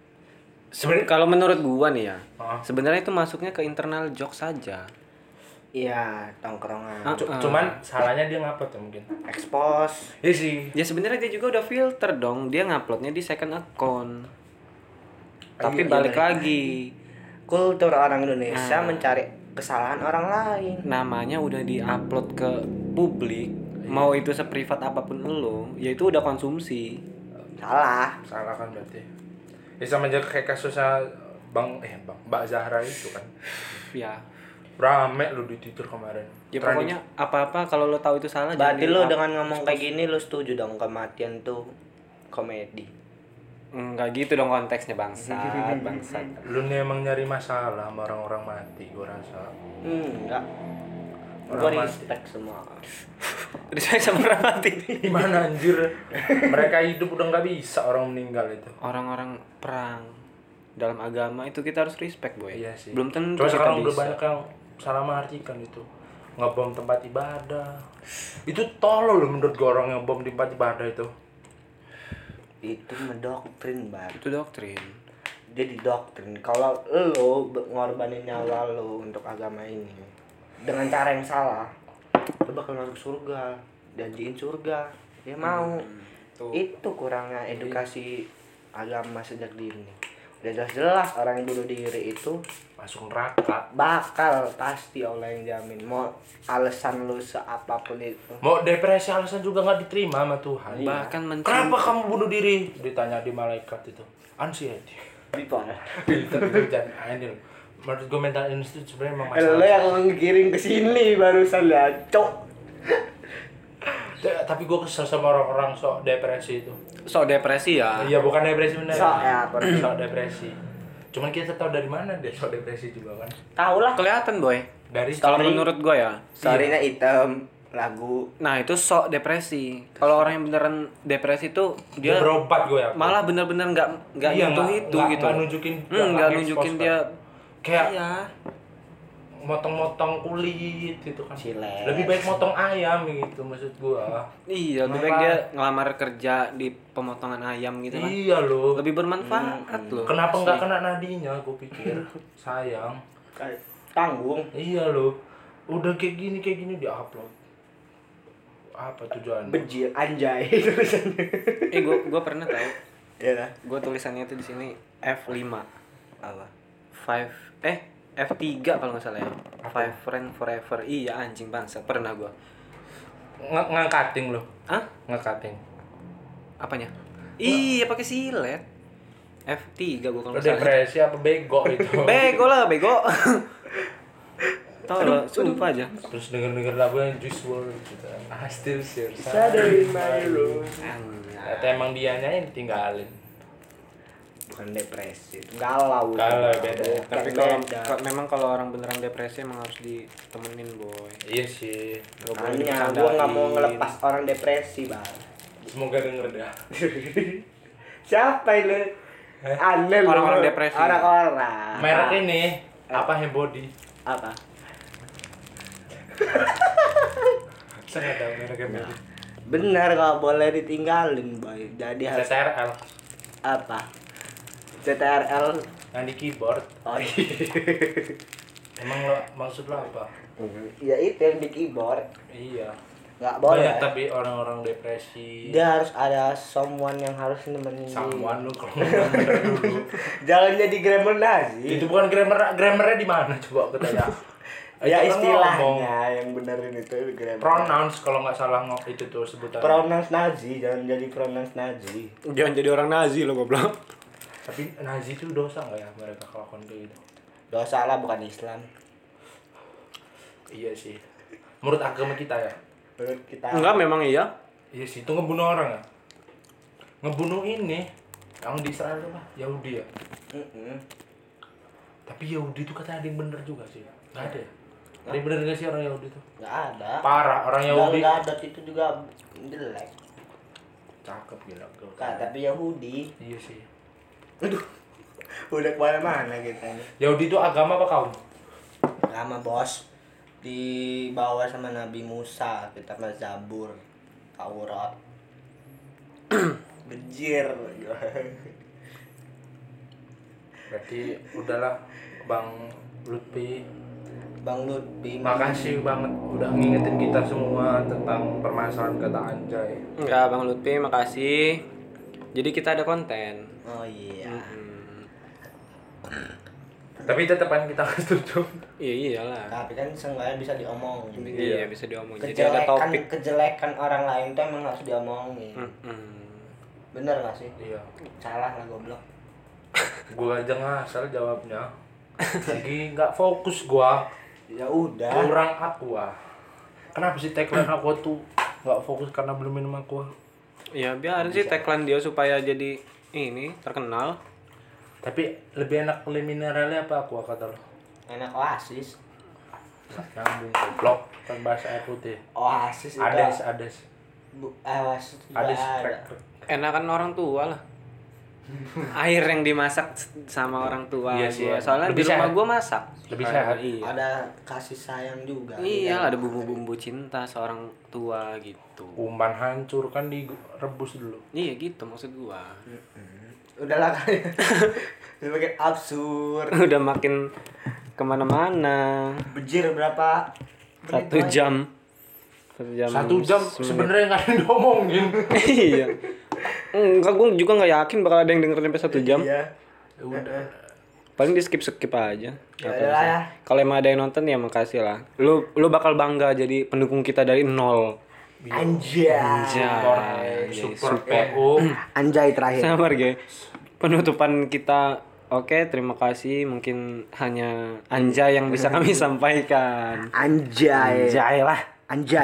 Sebenarnya kalau menurut gua nih ya, Ah. sebenarnya itu masuknya ke internal jokes saja. Iya, tongkrongan. Cuman salahnya dia ngupload ya mungkin. Expose. Iya sih. Ya sebenarnya dia juga udah filter dong. Dia nguploadnya di second account. Tapi Iya, balik iya. lagi, Kultur orang Indonesia mencari kesalahan orang lain. namanya udah di-upload ke publik, mau itu seprivat apapun lo, ya itu udah konsumsi. Salah. Salah kan berarti. Ya sama aja kayak kasusnya Mbak Zahra itu kan. Ya. Rame lu di Twitter kemarin. Ya pokoknya apa-apa kalau lo tahu itu salah Berarti jangan lu di-up. dengan ngomong kayak gini lu setuju dong kematian tuh komedi. Enggak gitu dong konteksnya, bangsat. Lu nih emang nyari masalah sama orang-orang mati gua rasa. Enggak. Orang Gua mati. respect semua. Respect sama orang mati. Gimana anjir? Mereka hidup udah nggak bisa, orang meninggal itu. Orang-orang perang dalam agama itu kita harus respect, boy. Iya sih. Belum tentu Cuma kita sekarang bisa. udah banyak yang salah mengartikan itu. Ngebom tempat ibadah. Itu tolol loh menurut gua orang yang bom di tempat ibadah itu. Itu mendoktrin, Bang. Itu doktrin. Jadi doktrin. Kalau lo ngorbanin nyawa lo untuk agama ini dengan cara yang salah, lo bakal masuk surga, janjiin surga. Dia mau. Tuh. Itu kurangnya edukasi agama sejak dini. Udah jelas-jelas orang yang bunuh diri itu Masuk neraka. bakal pasti Allah yang jamin. Mau alasan lu seapapun itu. Mau depresi alasan juga nggak diterima sama Tuhan. Iya. Bahkan Kenapa kamu bunuh diri? Ditanya di malaikat itu. Anxiety. Bipolar. Filter itu jangan anjir. Menurut gue mental illness itu sebenarnya memang Lo masalah. yang ngiring ke sini barusan ya, cok. Tapi gue kesel sama orang-orang sok depresi itu. So depresi ya. Iya bukan depresi bener. Sok ya, apa? Sok depresi. Cuman kita tahu dari mana dia sok depresi juga kan? Tahu lah. Kelihatan, boy. Dari Kalau Story. menurut gua ya. Story-nya hitam, lagu. Nah, itu sok depresi. Kalau orang yang beneran depresi tuh dia dia berobat gue ya. malah bener-bener nggak Iya, nyentuh nggak- itu nggak- gitu. nggak nunjukin, nggak nggak nunjukin expose dia Kayak iya. motong-motong kulit gitu kan. Ciles. Lebih baik motong ayam gitu maksud gua. Iya, lebih baik Malah- dia ngelamar kerja di pemotongan ayam gitu kan. Iya loh. Lebih bermanfaat loh. Kenapa nggak kena nadinya? Gua pikir. Sayang. Tanggung. Iya loh. Udah kayak gini di-upload. Apa tujuannya? Bejir, anjay tulisannya. Gua pernah tahu. Iya lah. Gua tulisannya tuh di sini F5. Apa? F3 kalau nggak salah ya. Five friend forever. Iya anjing bangsa. Pernah gua. Ngangkating loh. Hah? Ngangkating. Apanya? Iya pakai silet. F3 gua kalau Lo nggak salah. depresi apa bego itu? Bego lah, bego. Tau lo, sumpah aja. Terus denger lagu yang Juice WRLD gitu. I still share. Sadari my room. Ternyata emang dianya yang ditinggalin. Bukan depresi, galau. Galau, beda. Tapi Bukan memang kalau orang beneran depresi emang harus ditemenin, boy. Iya sih. Gak boleh Hanya dibercandain. gua nggak mau ngelepas orang depresi, Bang. Semoga denger dah. Siapa ini? Aneh lu. Orang-orang depresi. Orang-orang. Merek ini apa Body? Apa? Saya nggak tahu merek Body. Benar kalau boleh ditinggalin, boy. Jadi harus CTRL apa? CTRL. yang di keyboard. Oh iya. Emang lo maksud lo apa? Ya itu yang di keyboard. Iya. Nggak boleh. Banyak tapi orang-orang depresi. Dia harus ada someone yang harus nemenin dia. Samuan lu kalau ngomong bener dulu. Jangan jadi grammar Nazi. Itu bukan grammarnya di mana coba aku tanya. Ya Itu orang ngomong. istilahnya yang benerin itu grammar. Pronouns kalau nggak salah itu tuh sebutan. Pronouns Nazi, jangan jadi pronouns Nazi. Jangan jadi orang Nazi lo goblok. Tapi Nazi itu dosa nggak ya mereka kelakuan kayak gitu? Dosa lah bukan Islam. Iya sih. Menurut agama kita ya. Menurut kita. Enggak, memang iya. Iya sih, itu ngebunuh orang ya. Ngebunuh ini yang di Israel apa? Yahudi ya. Mm-mm. Tapi Yahudi itu katanya ada yang bener juga sih. Nggak ada ya? Ada yang bener nggak sih orang Yahudi itu? Nggak ada. Parah, orang Yahudi. Nggak ada itu juga jelek. Cakep gila. Kak, tapi Yahudi. Iya sih. Aduh. Udah kemana-mana kita nih. Yahudi itu agama apa kaum? Lama bos. Dibawa sama Nabi Musa. Kita ke Zabur. Taurat. Bejir. Berarti udahlah Bang Lutfi. Bang Lutfi. Makasih banget udah ngingetin kita semua tentang permasalahan kata anjay. Enggak, Bang Lutfi, makasih. Jadi kita ada konten. Oh iya. Tapi tetap kan kita setuju. Iya iyalah. Tapi kan seenggaknya bisa diomongin. Iya, bisa diomongin. Jadi ada topik. Kejelekan orang lain tuh emang harus diomongin. Bener gak sih? Iya. Salah lah goblok. Gua aja ngasal jawabnya. Lagi nggak fokus gua. Ya udah. Kurang aqua. Kenapa sih tagline aqua tuh nggak fokus karena belum minum aqua? Ya biarin sih tagline dia supaya jadi ini terkenal. Tapi lebih enak beli mineralnya apa aqua kata lo? Enak Oasis. Nyambung goblok kan bahasa air putih. Oasis itu. Ades. Oasis juga Ades ada. Enakan orang tua lah. Air yang dimasak sama orang tua. Iya sih, gua. ya. Soalnya Lebih di rumah sehat. gua masak. Lebih sehat. Iya. Ada kasih sayang juga. Iya, ada bumbu-bumbu cinta seorang tua gitu. Umpan hancur kan direbus dulu. Iya gitu maksud gua. Udahlah kali. Ini makin absurd. Udah makin kemana-mana. Bejir berapa? 1 jam. 1 jam sebenarnya nggak ada yang diomongin. Iya. Enggak, gue juga nggak yakin bakal ada yang denger sampai 1 jam. Iya. Udah. Paling di skip aja. Ya udah ya. Kalau emang ada yang nonton ya makasih lah. Lu bakal bangga jadi pendukung kita dari 0. Anjay. Anjay. Support Support. PO. Anjay terakhir. Sabar guys. Penutupan kita oke, terima kasih. Mungkin hanya anjay yang bisa kami sampaikan. Anjay. Anjay lah. Anjay.